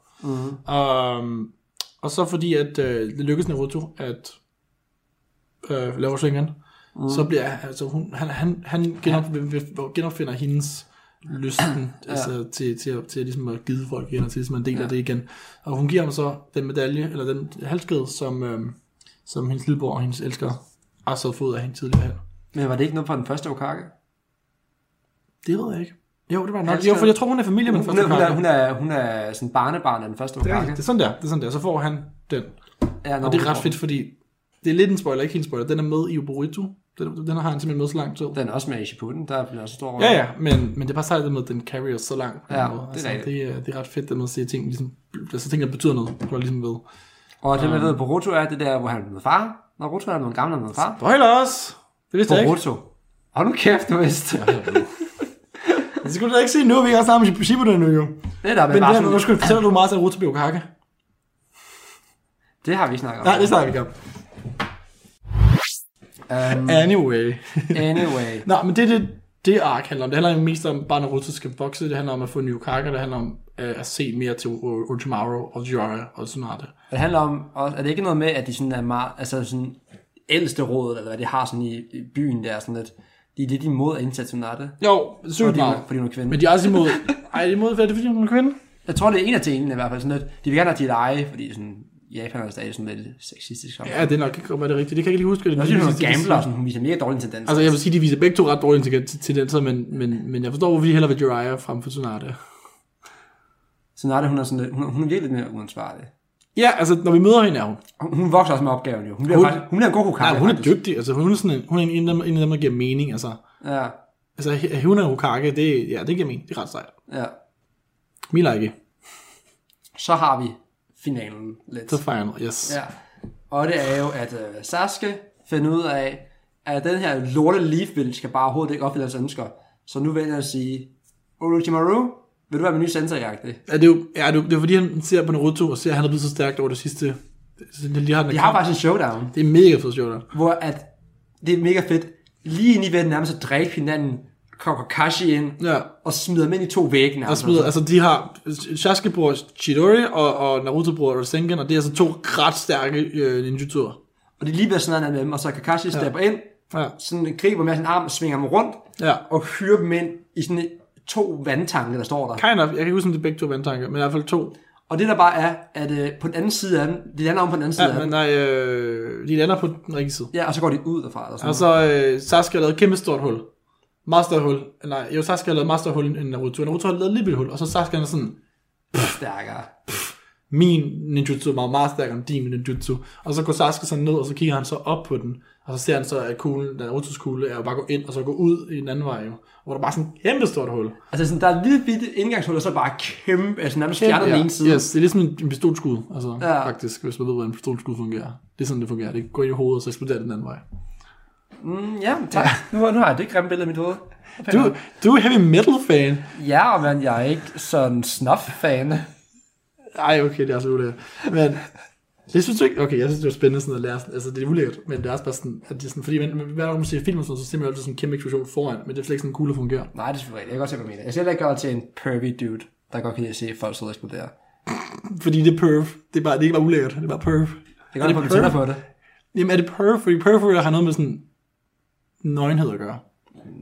Og så fordi, at det lykkes Naruto at lave Rasengan, så bliver altså han genopfinder hendes lysten altså, til ligesom at give folk igen, og til ligesom en del af det igen. Og hun giver ham så den medalje, eller den halskæde, som hendes lillebror og hendes elsker har så fået af hende tidligere her. Men var det ikke noget fra den første Hokage? Det ved jeg ikke. Jo, det var nok. Jo, for jeg tror, hun er familie med den første Hokage. Hun er sådan barnebarn af den første Hokage. Det er sådan der. Så får han den. Ja, og det er ret fedt, fordi det er lidt en spoiler, ikke en spoiler. Den er med i Obito. Den har han simpelthen med så lang tid. Den er også med i Shippuden, der bliver også stor rolle. Ja, men det er bare sejt med, at den carrier så langt. Ja, det er ret fedt, at man ser ting, ligesom, altså ting, der betyder noget, du er ligesom ved. Og det, man ved, Boruto er det der, hvor han er med far. Naruto er noget gammel med far. Spoilers! Det vidste jeg ikke. Boruto. Hold nu kæft, du vidste. Det skulle du da ikke se nu, vi har snart med Shippuden nu jo. Det der med bare sådan... Nu fortæller du meget til Naruto bliver Hokage. Det har vi ikke snakket om. Nej, det snakker vi ikke om. Anyway. Nå, men det ark handler om. Det handler mest om, bare Naruto skal vokse. Det handler om at få en ny Hokage. Det handler om at se mere til Orochimaru og Jiraiya og Tsunade. Det handler om, er det ikke noget med, at de sådan er meget, altså sådan ældste råd, eller hvad de har sådan i byen der, sådan lidt, de er lidt imod at indsætte Tsunade. Jo, sygt meget. Fordi hun er kvinde. Men de er også imod, de er imod, fordi hun er kvinde? Jeg tror, det er en af tingene i hvert fald, sådan lidt, de vil gerne have Jiraiya, fordi sådan, Japan er stadig sådan lidt sexistisk. Ja, det er nok ikke, hvad det er rigtigt. Det kan jeg ikke lige huske. Det er også hun gambler, og sådan, hun viser mega dårlige tendenser. Altså, jeg vil sige, de viser begge to ret dårlige tendenser, men jeg forstår, hvorfor de hellere vil Jiraiya frem for Tsunade. Tsunade, hun er virkelig mere uansvarlig. Ja, altså, når vi møder hende, er hun. Hun vokser også med opgaven, jo. Hun bliver en god Hokage. Nej, hun er dygtig. Altså, hun er en af dem, der giver mening, altså. Ja. Altså, hun er Hokage, det giver mening. Det er ret sejt. Ja. Me like. Så har vi finalen lidt. The final, yes. Ja. Og det er jo, at Sasuke finde ud af, at den her lorte Leaf Village skal bare overhovedet ikke opfylde hans ønsker. Så nu vælger jeg at sige, Orochimaru, vil du være min nye sensor-jagte? Ja, det er fordi, han ser på Naruto og ser, at han er blevet så stærkt over det sidste. De har faktisk en showdown. Det er mega fedt showdown. Hvor at, det er mega fedt. Lige ind i ved nærmest at dræbe hinanden, kommer Kakashi ind, og smider dem ind i 2 vægge. Altså de har, Sasuke bruger Chidori, og Naruto bruger Rasengan, og det er altså 2 ret stærke ninjutsuer. Og de er lige ved sådan noget med dem, og så Kakashi stepper ind, sådan griber med sin arm, svinger dem rundt, og hyrer dem ind i sådan 2 vandtanke, der står der. Kind of. Jeg kan ikke huske, om det er begge 2 vandtanke, men i hvert fald 2. Og det der bare er, at på den anden side af dem, de lander om på den anden side af dem. Nej, de lander på den rigtige side. Ja, og så går de ud derfra. Og så Sasuke har lavet et kæmpe stort hul. Masterhul. Nej, Sasuke har lavet masterhul i Naruto. Naruto har lavet et lille bitte hul, og så Sasuke er sådan... stærkere. Min ninjutsu er meget stærkere end din ninjutsu. Og så går Sasuke så ned, og så kigger han så op på den. Og så ser han så, at kuglen, Narutos kugle, er jo bare gå ind, og så gå ud i en anden vej, jo. Hvor der bare sådan et kæmpe stort hul. Altså sådan, der er et lille bitte indgangshul, og så bare kæmpe, altså nærmest fjerner den ene side. Yes, det er ligesom en pistolskud, altså faktisk, hvis man ved, hvordan en pistolskud fungerer. Det er sådan, det fungerer. Det går ind i hovedet, og så eksploderer den anden vej. Ja, tak. Nu har jeg det grimme billede i mit hoved. Du er heavy metal fan. Ja, men jeg er ikke sådan snuff-fan. Ej, okay, det er så ulækkert. Men det synes du ikke? Okay, jeg synes, det er spændende sådan at lære. Altså, det er ulækkert, men det er også bare sådan, at det er sådan, fordi hver gang man ser film og sådan, så ser man altid sådan en kæmpe eksplosion foran, men det er slet ikke sådan cool at fungere. Nej, det er selvfølgelig rigtigt. Jeg kan godt se, hvad du mener. Jeg ser ikke godt til en pervy dude, der godt kan lide at se folk sidde og eksplodere. Fordi det er perv. Det er ikke bare ulækkert, det er bare perv. Det er godt, at du tænder på det. Jamen, er det perv? Fordi perv har noget med sådan nøgenhed at gøre.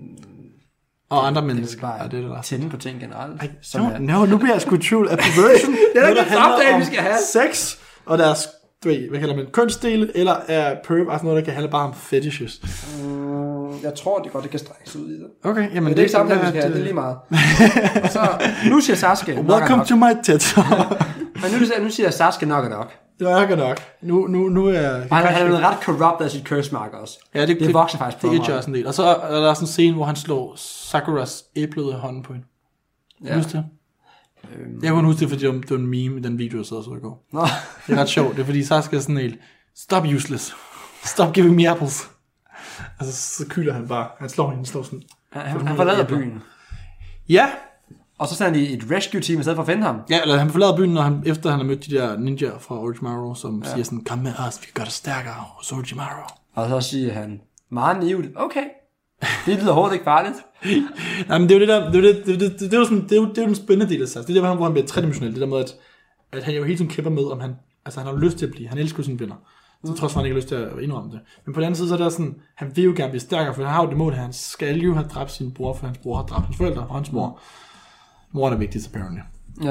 Og andre mennesker. Det er bare tænde på ting generelt. Nu bliver jeg sgu tvivl af perversion. Det er noget, der vi skal have. Sex og deres, hvad kalder man, kønsdele, eller er perv altså noget, der kan handle bare om fetishes? Jeg tror, det kan strækkes ud i det. Okay, jamen det er ikke samtidig, vi skal have. Det er lige meget. Og så, nu siger Sasuke Welcome to my TED. Men nu siger Sasuke nok og nok. Det er nok. Nu er... Han er blevet ret corrupt af sit curse mark også. Ja, det vokser faktisk på mig. Det gør sådan en del. Og så er der sådan en scene, hvor han slår Sakuras æblede hånden på hende. Husk det? Jeg kunne huske det, fordi det var en meme i den video, jeg sad og så i går. Det er ret sjovt. Det er fordi Sasuke er sådan helt, stop useless. Stop giving me apples. Altså, så kyler han bare. Han slår hende, sådan. Han forlader byen. Ja. Og så sender de et rescue team i stedet for at finde ham. Ja, eller han forlader byen, efter han har mødt de der ninjaer fra Orochimaru, som siger sådan, kom med os, vi gør det stærkere hos Orochimaru. Og så siger han, meget naivt, okay. Det lyder overhovedet ikke farligt. Nej, men det er jo det der, det er jo den spændende del af sig. Det er der, hvor han bliver tredimensionel. Det der med, at han jo hele tiden kæmper med, om han har lyst til at blive. Han elsker sine venner. Så trods for, han ikke har lyst til at indrømme det. Men på den anden side, så er der sådan, han vil jo gerne blive stærkere, for han har jo det mål, at han skal jo have dræbt sin bror, for hans bror har dræbt hans forældre og hans mor. Moren er vigtigst, apparently. Ja.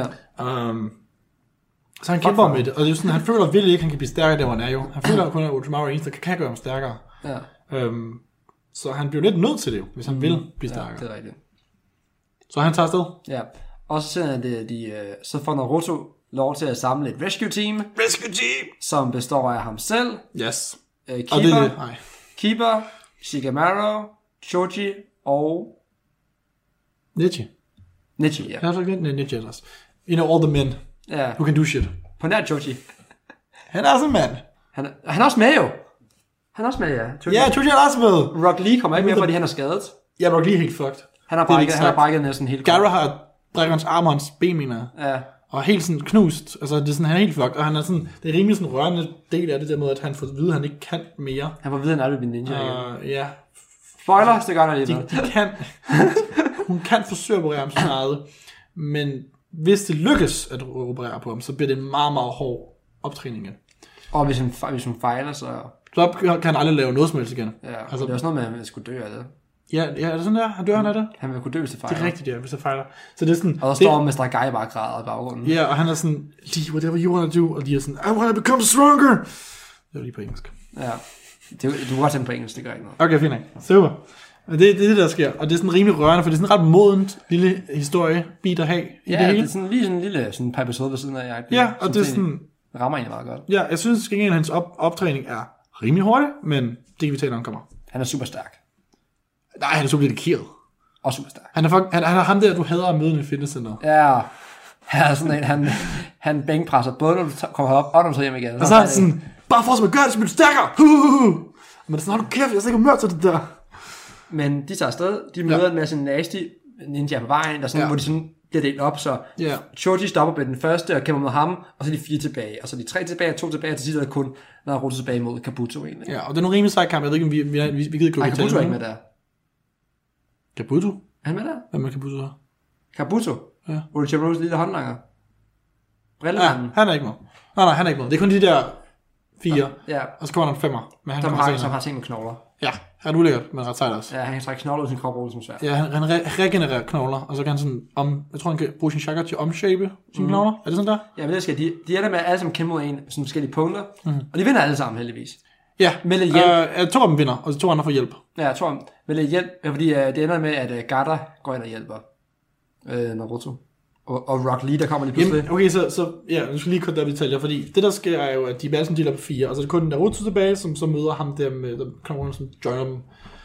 Så han kæmper med det, og det er jo sådan, han føler virkelig ikke, han kan blive stærkere, der hvor han er jo. Han føler kun, at Orochimaru er eneste, der kan gøre ham stærkere. Ja. Så han bliver lidt nødt til det, hvis han vil blive stærkere. Ja, det er rigtigt. Så han tager afsted. Ja, og så sender så får Naruto lov til at samle et rescue team. Som består af ham selv. Yes. Keeper, Shikamaru, Choji og... Neji, ja. Jeg har så ikke Neji ellers. You know, all the men who can do shit. På nær Choji. Han er også en mand. Han er også med jo. Han er også med, ja. Choji er også med. Rock Lee kommer ikke med, fordi han er skadet. Ja, Rock Lee er helt fucked. Han har brækket næsten helt. Gaara har brækket hans arm og hans ben, mener jeg. Ja. Og helt sådan knust. Altså, det er sådan, han er helt fucked. Og han er sådan, det er rimelig sådan rørende del af det der med, at han får at vide, at han ikke kan mere. Han får at vide, at han aldrig bliver ninja igen. Ja. Spoiler, det gør han lige. De kan... Hun kan forsøge at operere ham sådan noget. Men hvis det lykkes at operere på ham, så bliver det en meget, meget hård optræning igen. Og hvis hun fejler, så kan han aldrig lave noget som helst igen. Ja, altså, det er også noget med, at han skulle dø af det. Ja, er det sådan der? Han dør han af det? Han vil kunne dø, hvis det fejler. Det er rigtigt, ja, hvis det fejler. Så det er sådan, og der står Mr. Guy bare græder i baggrunden. Ja, og han er sådan, whatever you want to do, og de er sådan, I want to become stronger. Det var lige på engelsk. Ja, du kan godt tænke på engelsk, det gør ikke noget. Okay, fint. Super. Det er det, der sker, og det er sådan rimelig rørende, for det er sådan en ret modent lille historiebit at have i det hele. Ja, det er sådan lige sådan en lille sådan par episode ved siden af. Ja, og det er sådan... rammer egentlig meget godt. Ja, jeg synes ikke, at hans optræning er rimelig hurtig, men det vi taler om kommer. Han er super stærk. Nej, han er super dedikeret. Og super stærk. Han er ham der, du hader at møde i fitnesscenter. Ja, han er sådan en, han bænkpresser, både når du kommer op, og når du tager hjem igen. Og så er han sådan, bare for at gøre det, så bliver du stærkere. Men sådan, hold kæft, jeg er ikke mørkt til det der. Men de tager afsted, de møder en masse nasty ninja på vejen, der sådan, hvor de sådan bliver delt op, så Choji stopper med den første og kæmper mod ham, og så er de 4 tilbage, og så er de 3 tilbage, 2 tilbage, og til sidst er der kun Naruto tilbage mod Kabuto egentlig. Ja, og det er nogle rimelig sej kamp, jeg ved ikke, om vi gider gå. Nej, Kabuto er ikke med der. Kabuto? Er han med der? Hvem er Kabuto der? Kabuto? Ja. Orochimaru's lille håndlanger. Brillemanden. Ja, han er ikke med. Nej, han er ikke med. Det er kun de der 4, og så kommer der en 5'er. Men som har ting med knogler. Ja, han er ulækkert, men ret sejt også. Ja, han kan trække knogler ud af sin krop og som svært. Ja, han regenererer knogler, og så kan han sådan, jeg tror han kan bruge sin chakra til at omshape sine knogler. Er det sådan der? Ja, men det skal de er der med alle sammen kæmpe mod en, sådan forskellige punkter, og de vinder alle sammen heldigvis. Ja, med lidt hjælp. 2 af dem vinder, og så 2 andre får hjælp. Ja, jeg tror med lidt hjælp, fordi det ender med, at Gaara går ind og hjælper Naruto. Og Rock Lee, der kommer lige pludselig. Jamen, okay, så ja, nu skal lige korte der detaljer, fordi det der sker er jo, at de er alle deler på 4, og så er det kun Naruto tilbage, som så møder ham der med knoglerne, som joiner dem.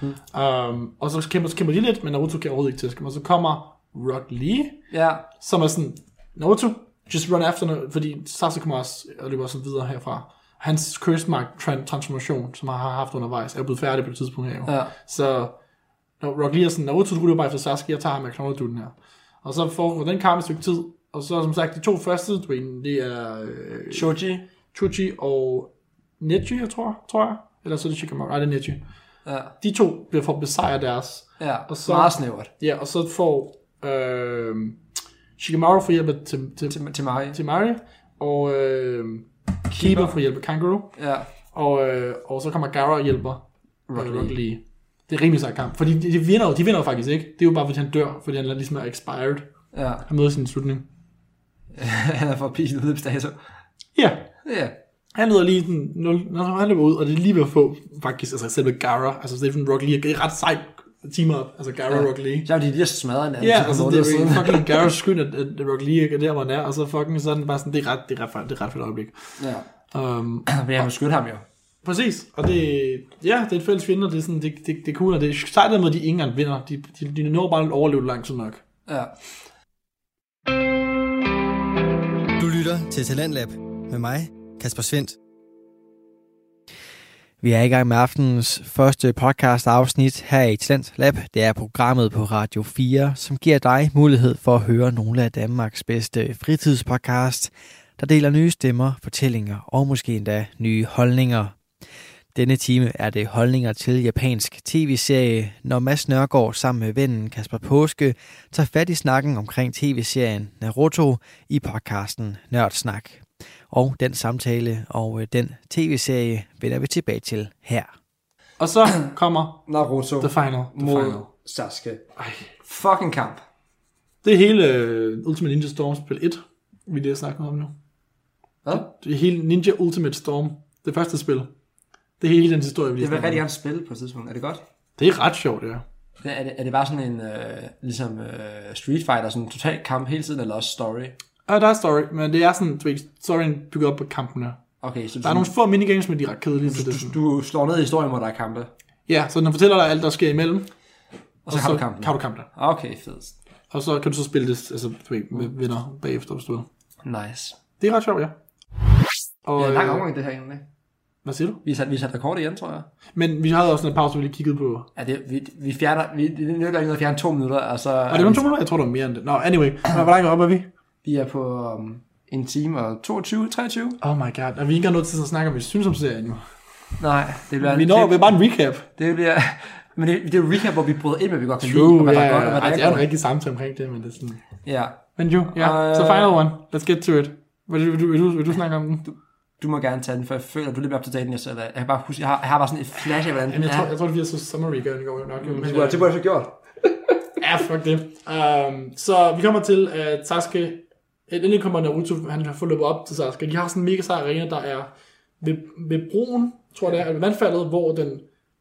Og så kæmper de lidt, men Naruto kan overhovedet ikke til dem. Og så kommer Rock Lee, som er sådan, Naruto, just run after, fordi Sasuke kommer også og løber også videre herfra. Hans curse mark transformation, som han har haft undervejs, er blevet færdig på det tidspunkt her jo. Ja. Så Rock Lee er sådan, Naruto, du ryger bare efter Sasuke, jeg tager ham med knogleduden her. Og så foregår den kamp et stykke tid, og så som sagt, de 2 første, det er Choji og Neji, tror jeg. Eller så er det Shikamaru. Nej, det er Neji. Ja. De 2 bliver for at besejre deres. Ja, og så, meget snævert. Ja, og så får Shikamaru for hjælp til Mari, og Kiba for hjælp af Kangaroo. Ja. Og så kommer Gaara og hjælper Rock Lee. Det er rimelig sejt kamp, fordi de vinder jo faktisk ikke. Det er jo bare, fordi han dør, fordi han ligesom er expired. Ja. Han møder sin slutning. Han er for piset udløbsdato. Ja. Han lyder lige den 0, når han løber ud, og det er lige ved at få faktisk, altså selve Gaara, altså Stephen Rock Lee, er ret sejt team up, altså Gaara og Rock Lee. Så er de lige smadret hinanden. Ja, altså det er fucking Gaara's skyld, at Rock Lee er der, hvor han er, og så fucking sådan bare sådan, det er ret fedt øjeblik. Ja. Men jeg må skytte ham jo. Præcis, og det er et fælles fjende, og det er sådan, det er cool, og det er sejt med, at de ikke engang vinder. De når bare at overleve langt så nok. Ja. Du lytter til Talentlab med mig, Kasper Svendt. Vi er i gang med aftenens første podcast afsnit her i Talentlab. Det er programmet på Radio 4, som giver dig mulighed for at høre nogle af Danmarks bedste fritidspodcast, der deler nye stemmer, fortællinger og måske endda nye holdninger. Denne time er det holdninger til japansk tv-serie, når Mads Nørgaard sammen med vennen Kasper Påske tager fat i snakken omkring tv-serien Naruto i podcasten Nørdsnak. Og den samtale og den tv-serie vender vi tilbage til her. Og så kommer Naruto The Final mod Sasuke. Fucking kamp. Det er hele Ultimate Ninja Storm spil 1, vi lige har snakket om nu. Hvad? Det er hele Ninja Ultimate Storm, det første spil. Det er hele den historie, vi lige snakker om. Det vil rigtig gerne spille på et tidspunkt. Er det godt? Det er ret sjovt, ja. Er det bare sådan en ligesom Street Fighter, sådan en total kamp hele tiden, eller også story? Ja, der er story, men det er sådan, storyen bygget op på kampene. Okay, så der er nogle få minigames, men de er ret kedelige. Du slår ned i historien, hvor der er kampe? Ja, så den fortæller dig alt, der sker imellem. Og så kan du kampe. Okay, fedt. Og så kan du så spille det, altså med venner bagefter, hvis du vil. Nice. Det er ret sjovt, ja. Og, en lang omgang det her egentlig. Hvad siger du? Vi satte rekord igen, tror jeg. Men vi havde også en pause, vi lige kiggede på. Ja, vi fjerner, det er nødt til at fjerne 2 minutter, og så... Og det var 2 minutter? Jeg tror, det var mere end det. Nå, anyway. Hvor langt op er vi? Vi er på en time og 22-23. Oh my god, og vi er ikke nået til at snakke om, vi synes om serien jo. Nej, det bliver... Vi når bare en recap. Det bliver... Men det er jo recap, hvor vi bryder ind, men vi godt kan lide, og hvad der er godt, og hvad der er en rigtig samtale omkring det, men det er sådan... Ja. Men jo, så final one. Let's get to it. Vil du snakke om den? Du må gerne tage den, for jeg føler, at du er lidt mere op til daten, jeg selv. Jeg kan bare huske, jeg har bare sådan et flash af, hvordan den er. Jeg tror, det bliver så summary, gør den går nok. Det burde jeg så gjort. Ja, fuck det. Så vi kommer til, at Sasuke, endelig kommer Naruto, han har fået løbet op til Sasuke. De har sådan en mega sej arena, der er ved broen, tror jeg det er, ved vandfaldet, hvor den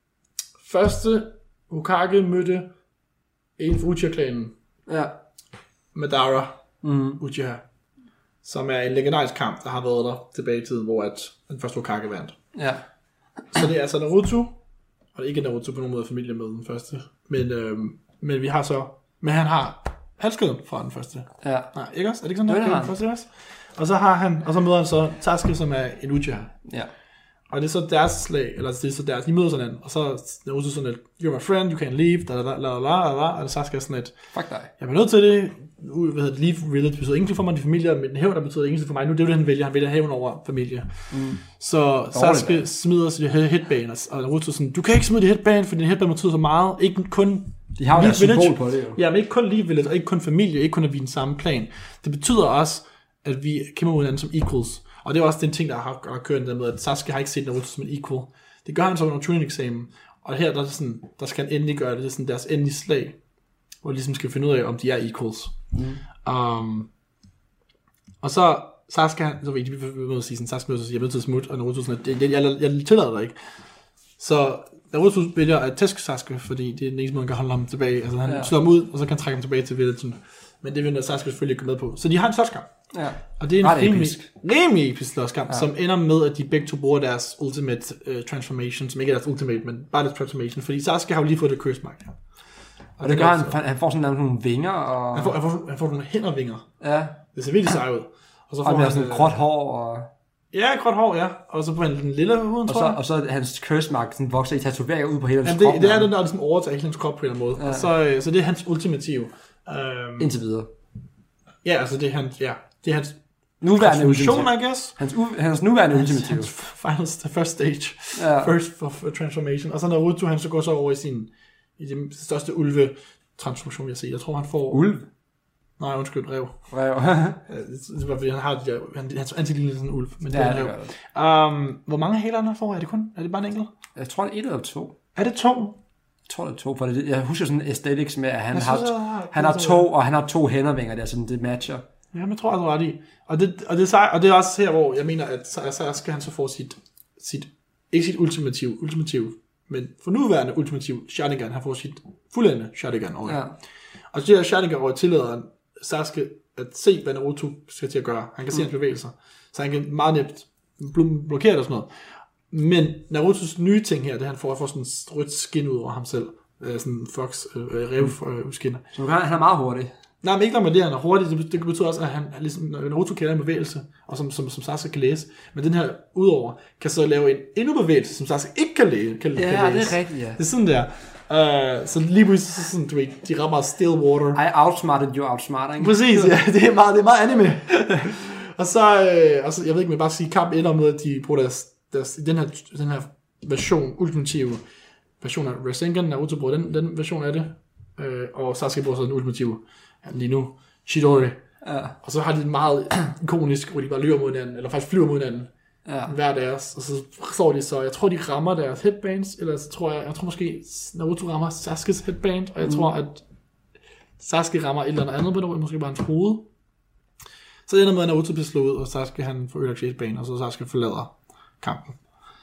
første Hokage mødte en fra Uchiha-klanen. Ja. Madara Uchiha. Som er en legendarisk kamp, der har været der tilbage i tiden, hvor at den første Hokage vandt. Ja. Så det er altså Naruto, og ikke Naruto på nogen måde familie med den første, men vi har så, men han har halskeden fra den første. Ja. Nej, ikke også? Er det ikke sådan, der den første også? Og så har han, og så møder han så Sasuke, som er en Uchiha. Ja. Og det er så deres slag, eller det er så deres, de møder sådan en, og så er det sådan et, you're my friend, you can leave, og Sasuke er sådan et, fuck dig. Jeg var nødt til det, leave really, det betyder ingenting for mig, de familier, men hævn, der betyder ingenting for mig, nu det er jo det, han vælger hævn over familie. Så Sasuke smider sit headband, og Naruto sådan, du kan ikke smide dit headband, for din headband betyder så meget, ikke kun de har jo et symbol på det jo. Ja, men ikke kun leave village, og ikke kun familie, ikke kun at vi er den samme plan. Det betyder også, at vi kæmper mod hinanden som equals. Og det er også den ting, der har kørt der med, at Sasuke har ikke set Naruto som en equal. Det gør han så under Chunin-eksamen. Og her der er det sådan, der skal han endelig gøre det. Det er sådan deres endelige slag, hvor de ligesom skal finde ud af, om de er equals. Og så Sasuke, så vil jeg sige sådan, Sasuke jeg er nødt til at smutte, og Naruto sådan, jeg tillader dig ikke. Så Naruto vælger at tæske Sasuke, fordi det er den eneste måde, han kan holde ham tilbage. Altså han slår ham ud, og så kan han trække ham tilbage til villagen. Men det vil Sasuke selvfølgelig ikke gå med på. Så de har en slåskamp. Ja. Og det er en rimelig episk slåskamp, som ender med, at de begge to bruger deres ultimate transformation, som ikke er deres ultimate, men bare deres transformation, fordi Sasuke har jo lige fået det curse mark her. Og det gør han får sådan nogle vinger, og... Han får nogle hændervinger. Ja. Det ser virkelig sej ud. Og så får han sådan gråt hår, og... Ja, gråt hår, ja. Og så på en lille huden, tror jeg. Og så hans curse mark sådan vokser i tatoveringer ud på hele hans krop. Det er den der, der overtager hele hans krop på en eller anden måde. Ja. Og så det er hans ultimative. Indtil videre. Ja, altså det er hans nuværende ultimative. I guess. Hans nuværende ultimative. Hans first stage. Ja. First of transformation. Og så Naruto, han så går så over i den største ulve-transformation, jeg ser. Jeg tror, han får... Ulv? Nej, undskyld, rev. Rev. Det var, fordi han har hans antiligner sådan en ulv. Men det er en rev. Hvor mange hæler han får? Er det bare en enkelt? Jeg tror, det er 1 eller 2. Er det 2? Jeg tror, det er 2, for det, jeg husker sådan aesthetics med, at han har 2, og han har 2 hændervinger der, sådan det matcher. Ja, men jeg tror, du ret i. Og det er også her, hvor jeg mener, at så skal han så få sit ikke sit ultimativ, men for nuværende ultimativ Sharingan, han får sit fuldendende Sharingan over. Ja. Og det her Sharingan over tillader Sasuke at se, hvad Naruto skal til at gøre. Han kan se hans bevægelser, så han kan meget nemt blokere det og sådan noget. Men Narutos nye ting her, det er, han får sådan en rødt skin ud over ham selv. Sådan en fox rev-skin. Så han er meget hurtig. Nej, men ikke når man det, han er hurtig. Det betyder også, at han ligesom, Naruto kender en bevægelse, og som Sasuke kan læse. Men den her udover kan så lave en endnu bevægelse, som Sasuke ikke kan læse. Ja, det er rigtigt, ja. Det er sådan der. Så lige pludselig sådan, du ved, de rammer still water. I outsmarted you outsmarting. Præcis, ja. Det er meget anime. og så, jeg ved ikke, men bare sige, kamp ender med, at de bruger den her version, ultimative version af Rasengan, Naruto bruger den version af det, og Sasuke bruger så den ultimative, lige nu, Chidori. Ja. Og så har de en meget ikonisk, hvor de bare løber mod hinanden, eller faktisk flyver mod hinanden, hver deres, og så står de så, jeg tror de rammer deres headbands, eller så tror jeg tror måske Naruto rammer Sasuke's headband, og jeg tror at Sasuke rammer et eller andet på det, måske bare hans hoved. Så ender med, at Naruto bliver slået ud, og Sasuke han får ødelagt headband, og så Sasuke forlader kampen.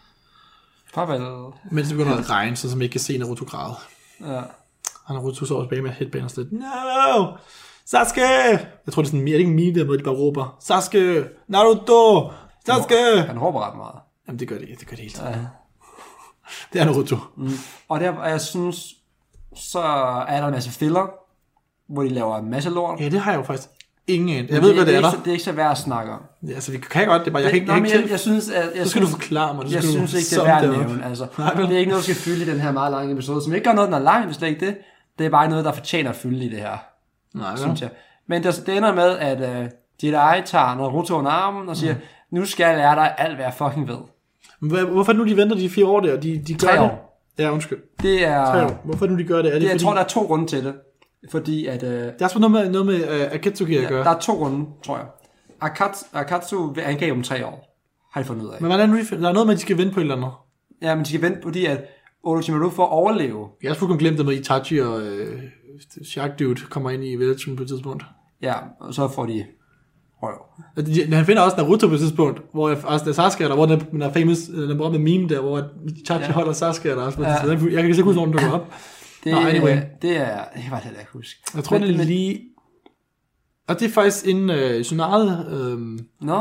Farvel. Mens det begynder at regne, så man ikke kan se Naruto græde. Ja. Og Naruto så også bag med headband og sådan lidt, no! Sasuke! Jeg tror, det er sådan ikke en meme, der måde, de bare råber, Sasuke! Naruto! Sasuke! Han råber ret meget. Jamen, det gør det hele tiden. Ja. Det er Naruto. Og jeg synes, så er der en masse filler, hvor de laver en masse lort. Ja, det har jeg jo faktisk ingen. Jeg ved, hvad det er der. Det er ikke så værd at snakke om. Ja, altså, vi kan godt, det er bare, jeg synes, så skal du forklare mig. Jeg synes ikke, det er værd at nævne. Altså, det er ikke noget, der skal fylde i den her meget lange episode, som ikke gør noget, den er lang, det er slet ikke det. Det er bare noget, der fortjener at fylde i det her. Nej, synes jeg. Men det ender med, at Jiraiya tager Naruto under armen og siger, nu skal jeg lære dig alt, hvad jeg fucking ved. Hvorfor nu de venter de 4 år der? De gør 3 år. Det? Ja, undskyld. Det er... 3 år. Hvorfor nu de gør det? Jeg tror, der er 2 grunde til det. Fordi at... Det er også noget med Akatsuki at gøre. Der er 2 grunde, tror jeg. Akatsu vil angive om 3 år. Har de fundet ud af. Men hvordan der er noget med, at de skal vente på et eller andet. Ja, men de skal vente, fordi at Orochimaru får at overleve. Jeg har selvfølgelig glemt det med Itachi og Shark Dude kommer ind i villagen på et tidspunkt. Ja, og så får de røv. Han finder også Naruto på et tidspunkt, hvor også Sasuke er der, hvor den er famous, den berømte meme der, hvor Itachi holder Sasuke der også. Ja. Jeg kan ikke huske, hvordan det går op. Det var det, jeg ikke huske. Jeg tror, det er lige... Og det er faktisk inden Tsunade...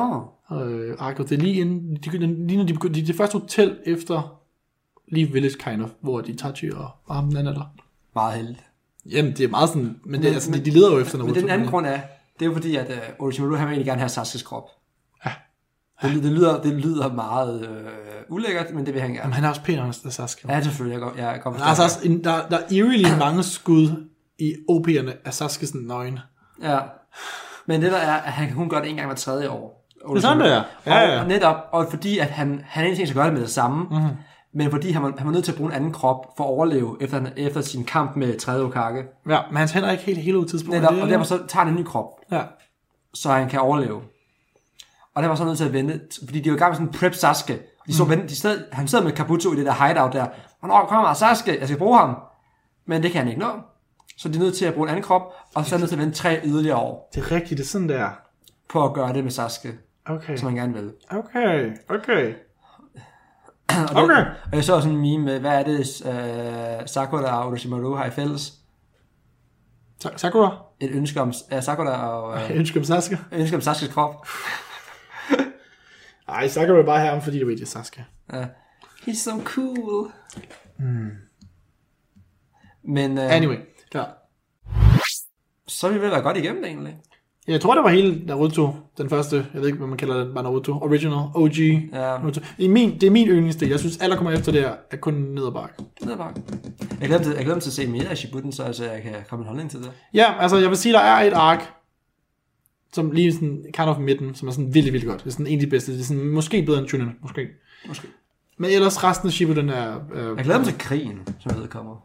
det er lige inden... Det første hotel efter Leave Village, kind of, hvor de Itachi og ham den anden er der. Meget heldigt. Jamen, det er meget sådan... Men det, altså, de leder jo efter Naruto. Men den anden grund er, det er jo fordi, at Orochimaru, han vil egentlig gerne have Sasuke's krop. Ja. Det lyder meget ulækkert, men det vil han gerne. Jamen, han er også pæn, Sasuke. Ja, selvfølgelig. Jeg godt der er også der er eerily mange skud i OP'erne af Sasuke sådan nøgen. Ja. Men det der er, at hun gør det en gang hver 3. år. Det er sådan, det er. Ja. Og netop, og fordi at han egentlig tænkt sig at gøre det med det samme, men fordi han var nødt til at bruge en anden krop for at overleve efter sin kamp med 3. Hokage. Ja, men han tænder ikke helt ud tidspunkt. Netop, og derfor så tager han en ny krop, så han kan overleve. Og det var så nødt til at vente, fordi de var i gang med sådan en prep Sasuke. Han sad med Kabuto i det der hideout der. Hvornår kommer Sasuke? Jeg skal bruge ham. Men det kan han ikke nå. Så de er nødt til at bruge en anden krop, og så er nødt til at vente 3 yderligere år. Det er rigtigt, det er sådan der. På at gøre det med Sasuke. Okay. Som han gerne vil. Okay. Og jeg så sådan en meme med, hvad er det Sakura og Orochimaru har i fælles? Sakura? Et ønske om Sakura og... et ønske om Sasuke? Et ønske om Sasuke's krop. Ej, Sakura vil bare have ham, fordi du ved, det er Sasuke. He's so cool. Men... anyway, klar. Så vil vi være godt igennem det egentlig. Jeg tror, det var hele Naruto, den første, jeg ved ikke, hvad man kalder det, bare Naruto, original, OG, Naruto. Det er min yndlingsstil. Jeg synes, alle der kommer efter det her, er kun ned ad bakke. Jeg glemte til at se mere af Shippuden, så altså, jeg kan komme en holdning til det. Ja, altså jeg vil sige, der er et ark, som lige sådan kind of midten, som er sådan vildt, vildt godt. Det er sådan en af de bedste. Det er sådan, måske bedre end Chunin, måske. Men ellers resten af Shippuden er... jeg glæder mig til krigen, som jeg ved kommer.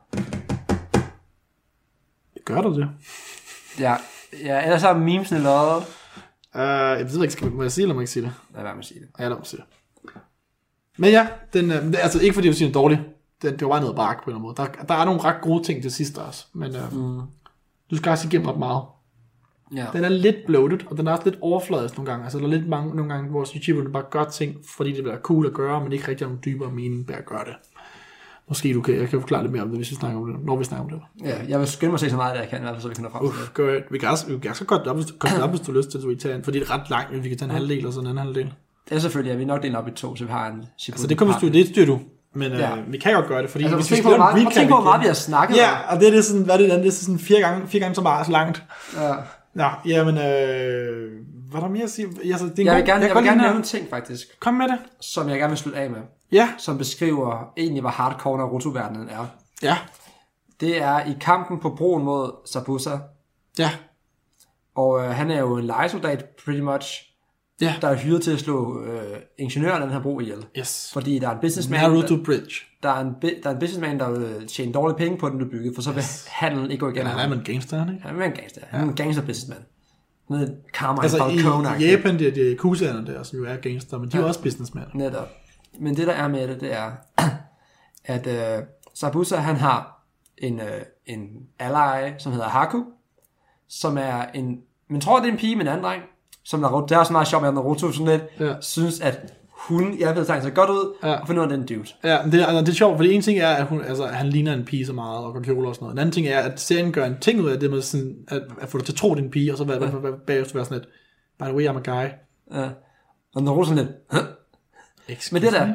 Gør du det? Ja, ellers har memesene lavet. Jeg ved ikke, må jeg sige eller må jeg ikke sige det? Lad være med at sige det. Ja, lad mig sige det. Men ja, den, altså ikke fordi jeg vil sige den dårlig. Det var bare noget bark på en eller anden måde. Der er nogle ret gode ting til sidst også. Men du skal også igennem ret meget. Ja. Den er lidt bloated, og den er også lidt overfladisk nogle gange. Altså der er lidt nogle gange, hvor Shippuden bare gør ting, fordi det bliver cool at gøre, men ikke rigtig har nogen dybere mening ved at gøre det. Måske jeg kan forklare lidt mere om det, hvis vi snakker om det, når vi snakker om det. Ja, jeg vil skynde mig at se så meget, jeg kan, så vi kan nå frem til det. Vi kan også godt komme op, hvis du har lyst til, at vi tager en, fordi det er ret langt, men vi kan tage en halvdel og så en anden halvdel. Det er selvfølgelig, vi er nok delt op i 2, så vi har en Shippuden. Altså det kommer det styrer du, men vi kan godt gøre det, fordi altså, hvis vi skal lave en recap, tænk på, hvor meget vi har snakket om. Ja, og det er sådan, hvad er det andet? Det er sådan 4 gange så meget så langt. Ja. Nå, jamen, hvad er der mere at sige? Altså, jeg vil gerne nævne en ting, faktisk. Kom med det. Som jeg gerne vil slutte af med. Ja. Som beskriver egentlig, hvor hardcore Naruto-verdenen er. Ja. Det er i kampen på broen mod Zabuza. Ja. Og han er jo en lejesoldat, pretty much. Ja. Der er hyret til at slå ingeniøren af den her bro ihjel. Yes. Fordi der er en businessman... Naruto Bridge. Der er en businessman, der vil tjene dårlige penge på den, der bygget, for så vil handlen ikke gå igennem. Han er en gangster, han ikke? Han er en gangster. Han er en gangster businessman. Noget Carmine altså Falcone. I Japan, det er Yakuzaerne der, som jo er gangster, men de er også businessmen. Netop. Men det, der er med det er, at Zabuza, han har en ally, som hedder Haku, som er en... Man tror, det er en pige med en anden dreng, som Naruto, det er også meget sjovt med, at Naruto sådan lidt, synes, at jeg ved, at så godt ud, og finder ud af den dude. Ja, men det er sjovt, fordi en ting er, at han ligner en pige så meget, og går kjole og sådan noget. En anden ting er, at serien gør en ting ud af det med sådan, at få dig til at tro, det er en pige, og så bagefter være sådan lidt, by the way, I'm a guy. Ja, og Naruto sådan lidt, men det der,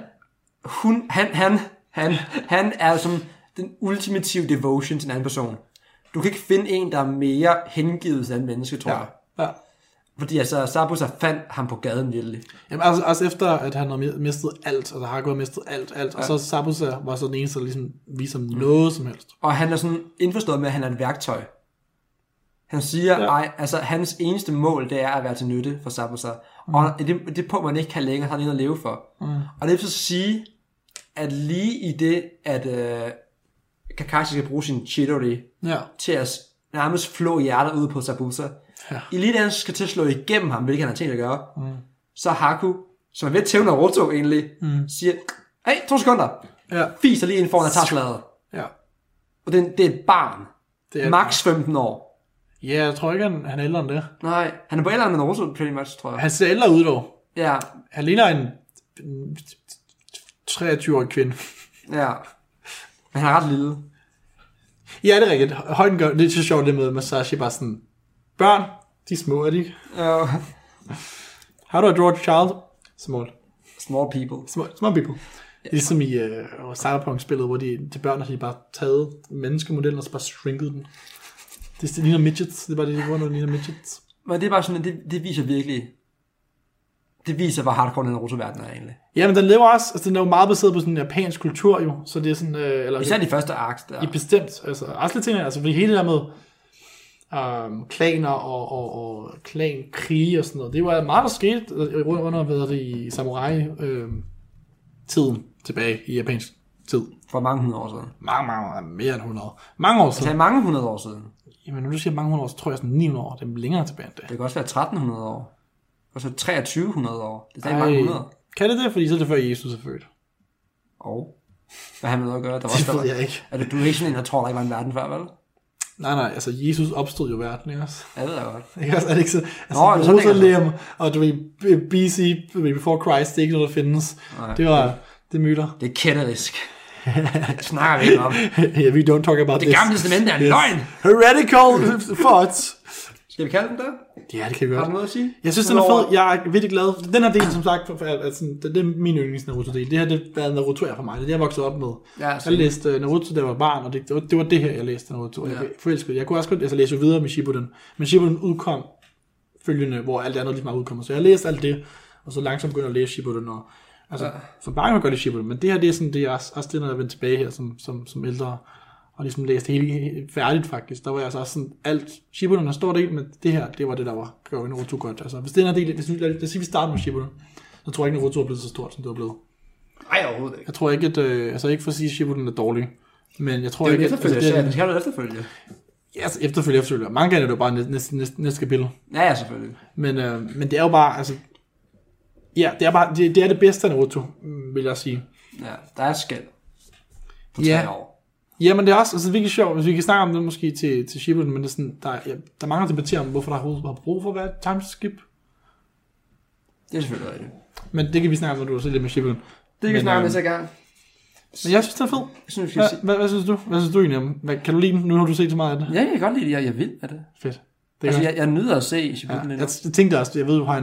han er som den ultimative devotion til en anden person. Du kan ikke finde en, der er mere hengivet til en menneske, tror jeg. Ja. Fordi altså, Zabuza fandt ham på gaden virkelig. Jamen altså efter, at han har mistet alt, altså har gået mistet alt, og så Zabuza var så den eneste, der ligesom viser noget som helst. Og han er sådan indforstået med, at han er et værktøj. Han siger, altså hans eneste mål, det er at være til nytte for Zabuza. Og det på, man ikke kan længere, har han at leve for. Og det vil så sige, at lige i det, at Kakashi skal bruge sin Chidori til at nærmest flå hjertet ud på Zabuza. Ja. I lige den skal til at slå igennem ham, hvilket han har tænkt at gøre, så Haku, som er ved at tæve Naruto egentlig, siger, hey, 2 sekunder, fiser lige ind foran attaslaget. Ja. Og det er et barn. Max 15 år. Ja, jeg tror ikke, han er ældre end det. Nej, han er på ældre end Naruto, pretty much, tror jeg. Han ser ældre ud dog. Ja. Han ligner en 23-årig kvinde. Ja. Men han er ret lille. Ja, det er rigtigt. Højden gør, det er så sjovt det med Masashi bare sådan, børn, de er små, er de ikke? Ja. How do I draw a child? Small people. Small people. Ja. Ligesom i Cyberpunk-spillet, hvor de børn har bare taget menneskemodellen og så bare shrinket den. Det ligner midgets. Det er bare det, hvor der ligner midgets. Men det er bare sådan, det viser virkelig Det viser, hvor hardcore den Naruto-verden er egentlig. Ja, men den lever også, altså den er jo meget baseret på sådan en japansk kultur jo, så det er sådan... eller især de første arcs der. I bestemt, altså også lidt ting, altså fordi hele det der med klaner og klankrige og sådan noget, det var meget, der skete under i samurai-tiden tilbage i japansk tid. For mange 100 år siden. Mere end 100 år. Mange år siden. Altså mange 100 år siden. Jamen, når du siger mange 100 år, så tror jeg sådan 900 år. Det er længere tilbage end det. Det kan også være 1300 år. Og så 2300 år. Det er stadig mange 100. Kan det? Fordi så er det før Jesus er født. Hvad har man noget at gøre? Det ved jeg ikke. Er det du er ikke sådan en, der tror, der ikke var en verden før, vel? Nej, altså Jesus opstod jo verden, ikke også? Ja, det ved jeg godt. Ikke også? Er det ikke så? Altså, Jerusalem og du ved, BC, before Christ, det er ikke noget, der findes. Nej, det er myter. Det er kætterisk. Det snakker vi ikke om. Yeah, we don't talk about det gamle testament er en løgn. Heretical thoughts. Skal vi kalde den der? Ja, det kan vi godt. Har du noget at sige? Jeg synes, den er fed. Jeg er virkelig glad. Den her del, som sagt, det er min yndlings Naruto-del. Det her, det er Naruto er for mig. Det er det, jeg voksede op med. Ja, jeg læste Naruto, da jeg var barn, og det var det her, jeg læste Naruto. Jeg forelskede. Jeg kunne også godt læse videre med Shippuden. Men Shippuden udkom følgende, hvor alt det andet ligesom er udkommet. Så jeg læste alt det, og så langsomt begyndte at læse Shippuden. Og, altså, for bare kan godt lide Shippuden, men det her, det er sådan, det er også det, når jeg vendte tilbage her som ældre. Og ligesom læste helt færdigt faktisk. Der var jeg altså også sådan, alt Shippuden er stor del, men det her, det var det, der var gjorde Naruto godt. Altså, hvis det er en del, lad os sige, vi starter med Shippuden, så tror jeg ikke, Naruto er blevet så stort, som det var blevet. Nej, overhovedet ikke. Jeg tror ikke, altså ikke for at sige, at Shippuden er dårlig, men jeg tror det er ikke... Det skal du efterfølge. Ja, altså efterfølge. Mange gange er det jo bare næste kapitel. Ja, selvfølgelig. Men det er jo bare, altså... Ja, det er bare, det er det bedste af Naruto, vil jeg sige. Ja, der er skæld på 3 år. Ja, men det er også altså, virkelig sjovt, hvis vi kan snakke om det måske til Shippuden, men det er sådan, der mangler debatter om, hvorfor der har brug for at være time skip. Det er selvfølgelig rigtigt. Men det kan vi snakke om, når du har set lidt med Shippuden. Det kan vi snakke om næste gang. Men jeg synes, det er fedt. Hvad synes du? Hvad synes du egentlig om? Kan du lide den? Nu har du set så meget af det. Ja, jeg kan godt lide det. Jeg vil af det. Fedt. Det altså, jeg nyder at se Shippuden. Ja, jeg tænkte også, jeg ved, du har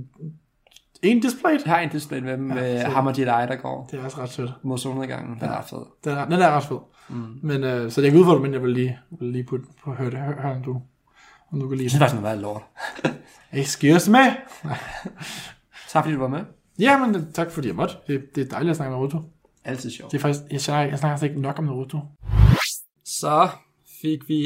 en display? Jeg har en display med dem med Hammer Jedi, der går. Det er også ret sødt. Mod solnedgangen. Den er ret fed. Den er ret fed. Men, så det er ikke udfordret, men jeg vil lige putte på at høre om du kan lide. Jeg synes faktisk, det var lort. Excuse me. Tak fordi du var med. Ja, men tak fordi jeg måtte. Det er dejligt at snakke om Naruto. Altid sjovt. Det er faktisk, jeg snakker altså ikke nok om Naruto. Så fik vi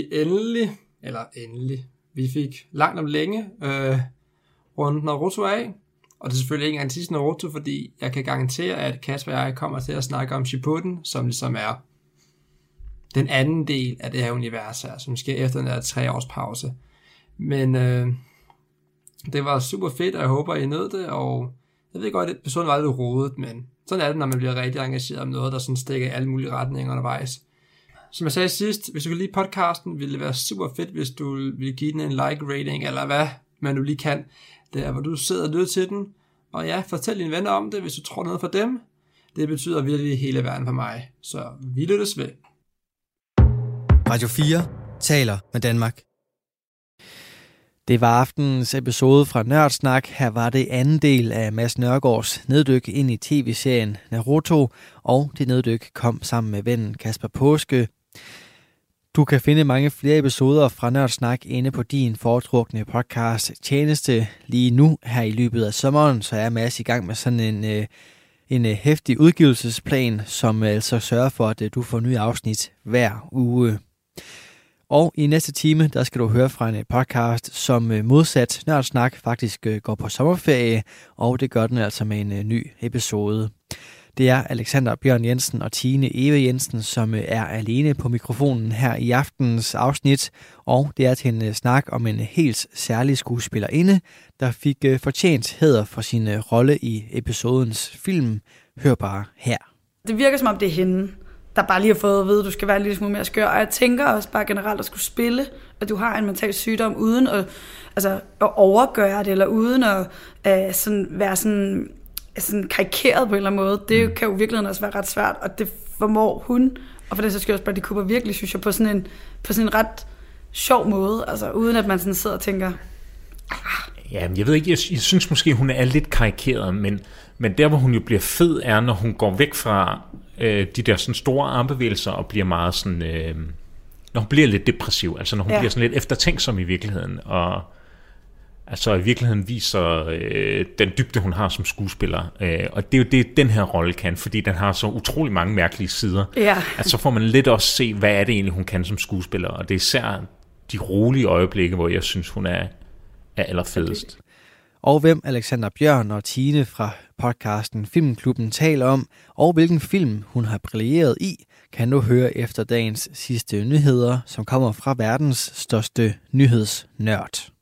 vi fik langt om længe rundt Naruto af. Og det er selvfølgelig ikke engang sidste Naruto, fordi jeg kan garantere, at Kasper og jeg kommer til at snakke om Shippuden, som ligesom er den anden del af det her univers her, som sker efter den der 3 års pause. Men det var super fedt, og jeg håber, I nød det, og jeg ved godt, at episoden var lidt rodet, men sådan er det, når man bliver rigtig engageret om noget, der sådan stikker i alle mulige retninger undervejs. Som jeg sagde sidst, hvis du kan lide podcasten, ville det være super fedt, hvis du ville give den en like-rating, eller hvad man nu lige kan, der hvor du sidder og lytter til den. Og ja, fortæl dine venner om det, hvis du tror noget for dem. Det betyder virkelig hele verden for mig. Så vi lyttes ved. Radio 4 taler med Danmark. Det var aftenens episode fra Nørdsnak. Her var det anden del af Mads Nørgaards neddyk ind i tv-serien Naruto, og det neddyk kom sammen med vennen Kasper Paaske. Du kan finde mange flere episoder fra Nørdsnak inde på din foretrukne podcast tjeneste. Lige nu her i løbet af sommeren, så er Mads i gang med sådan en heftig udgivelsesplan, som altså sørger for, at du får nye afsnit hver uge. Og i næste time, der skal du høre fra en podcast, som modsat Nørdsnak faktisk går på sommerferie, og det gør den altså med en ny episode. Det er Alexander Bjørn Jensen og Tine Eve Jensen, som er alene på mikrofonen her i aftenens afsnit, og det er til en snak om en helt særlig skuespillerinde, der fik fortjent hæder for sin rolle i episodens film. Hør bare her. Det virker som om det er hende, der bare lige har fået at vide, at du skal være lidt smule mere skør. Og jeg tænker også bare generelt at skulle spille, at du har en mental sygdom, uden at overgøre det, eller uden at sådan være sådan karikeret på en eller anden måde. Det kan jo virkelig også være ret svært, og det formår hun, og for den så skal også Bradley Cooper virkelig, synes jeg, på sådan en ret sjov måde, altså uden at man sådan sidder og tænker... Ja, jeg ved ikke, jeg synes måske, hun er lidt karikeret, men der, hvor hun jo bliver fed, er, når hun går væk fra de der sådan store armbevægelser, og bliver meget sådan... når hun bliver lidt depressiv, altså når hun bliver sådan lidt eftertænksom i virkeligheden, og altså i virkeligheden viser den dybde, hun har som skuespiller. Og det er jo det, den her rolle kan, fordi den har så utrolig mange mærkelige sider. Ja. At så får man lidt også se, hvad er det egentlig, hun kan som skuespiller. Og det er især de rolige øjeblikke, hvor jeg synes, hun er allerfedest. Og hvem Alexander Bjørn og Tine fra podcasten Filmklubben taler om, og hvilken film hun har brilleret i, kan du høre efter dagens sidste nyheder, som kommer fra verdens største nyhedsnørd.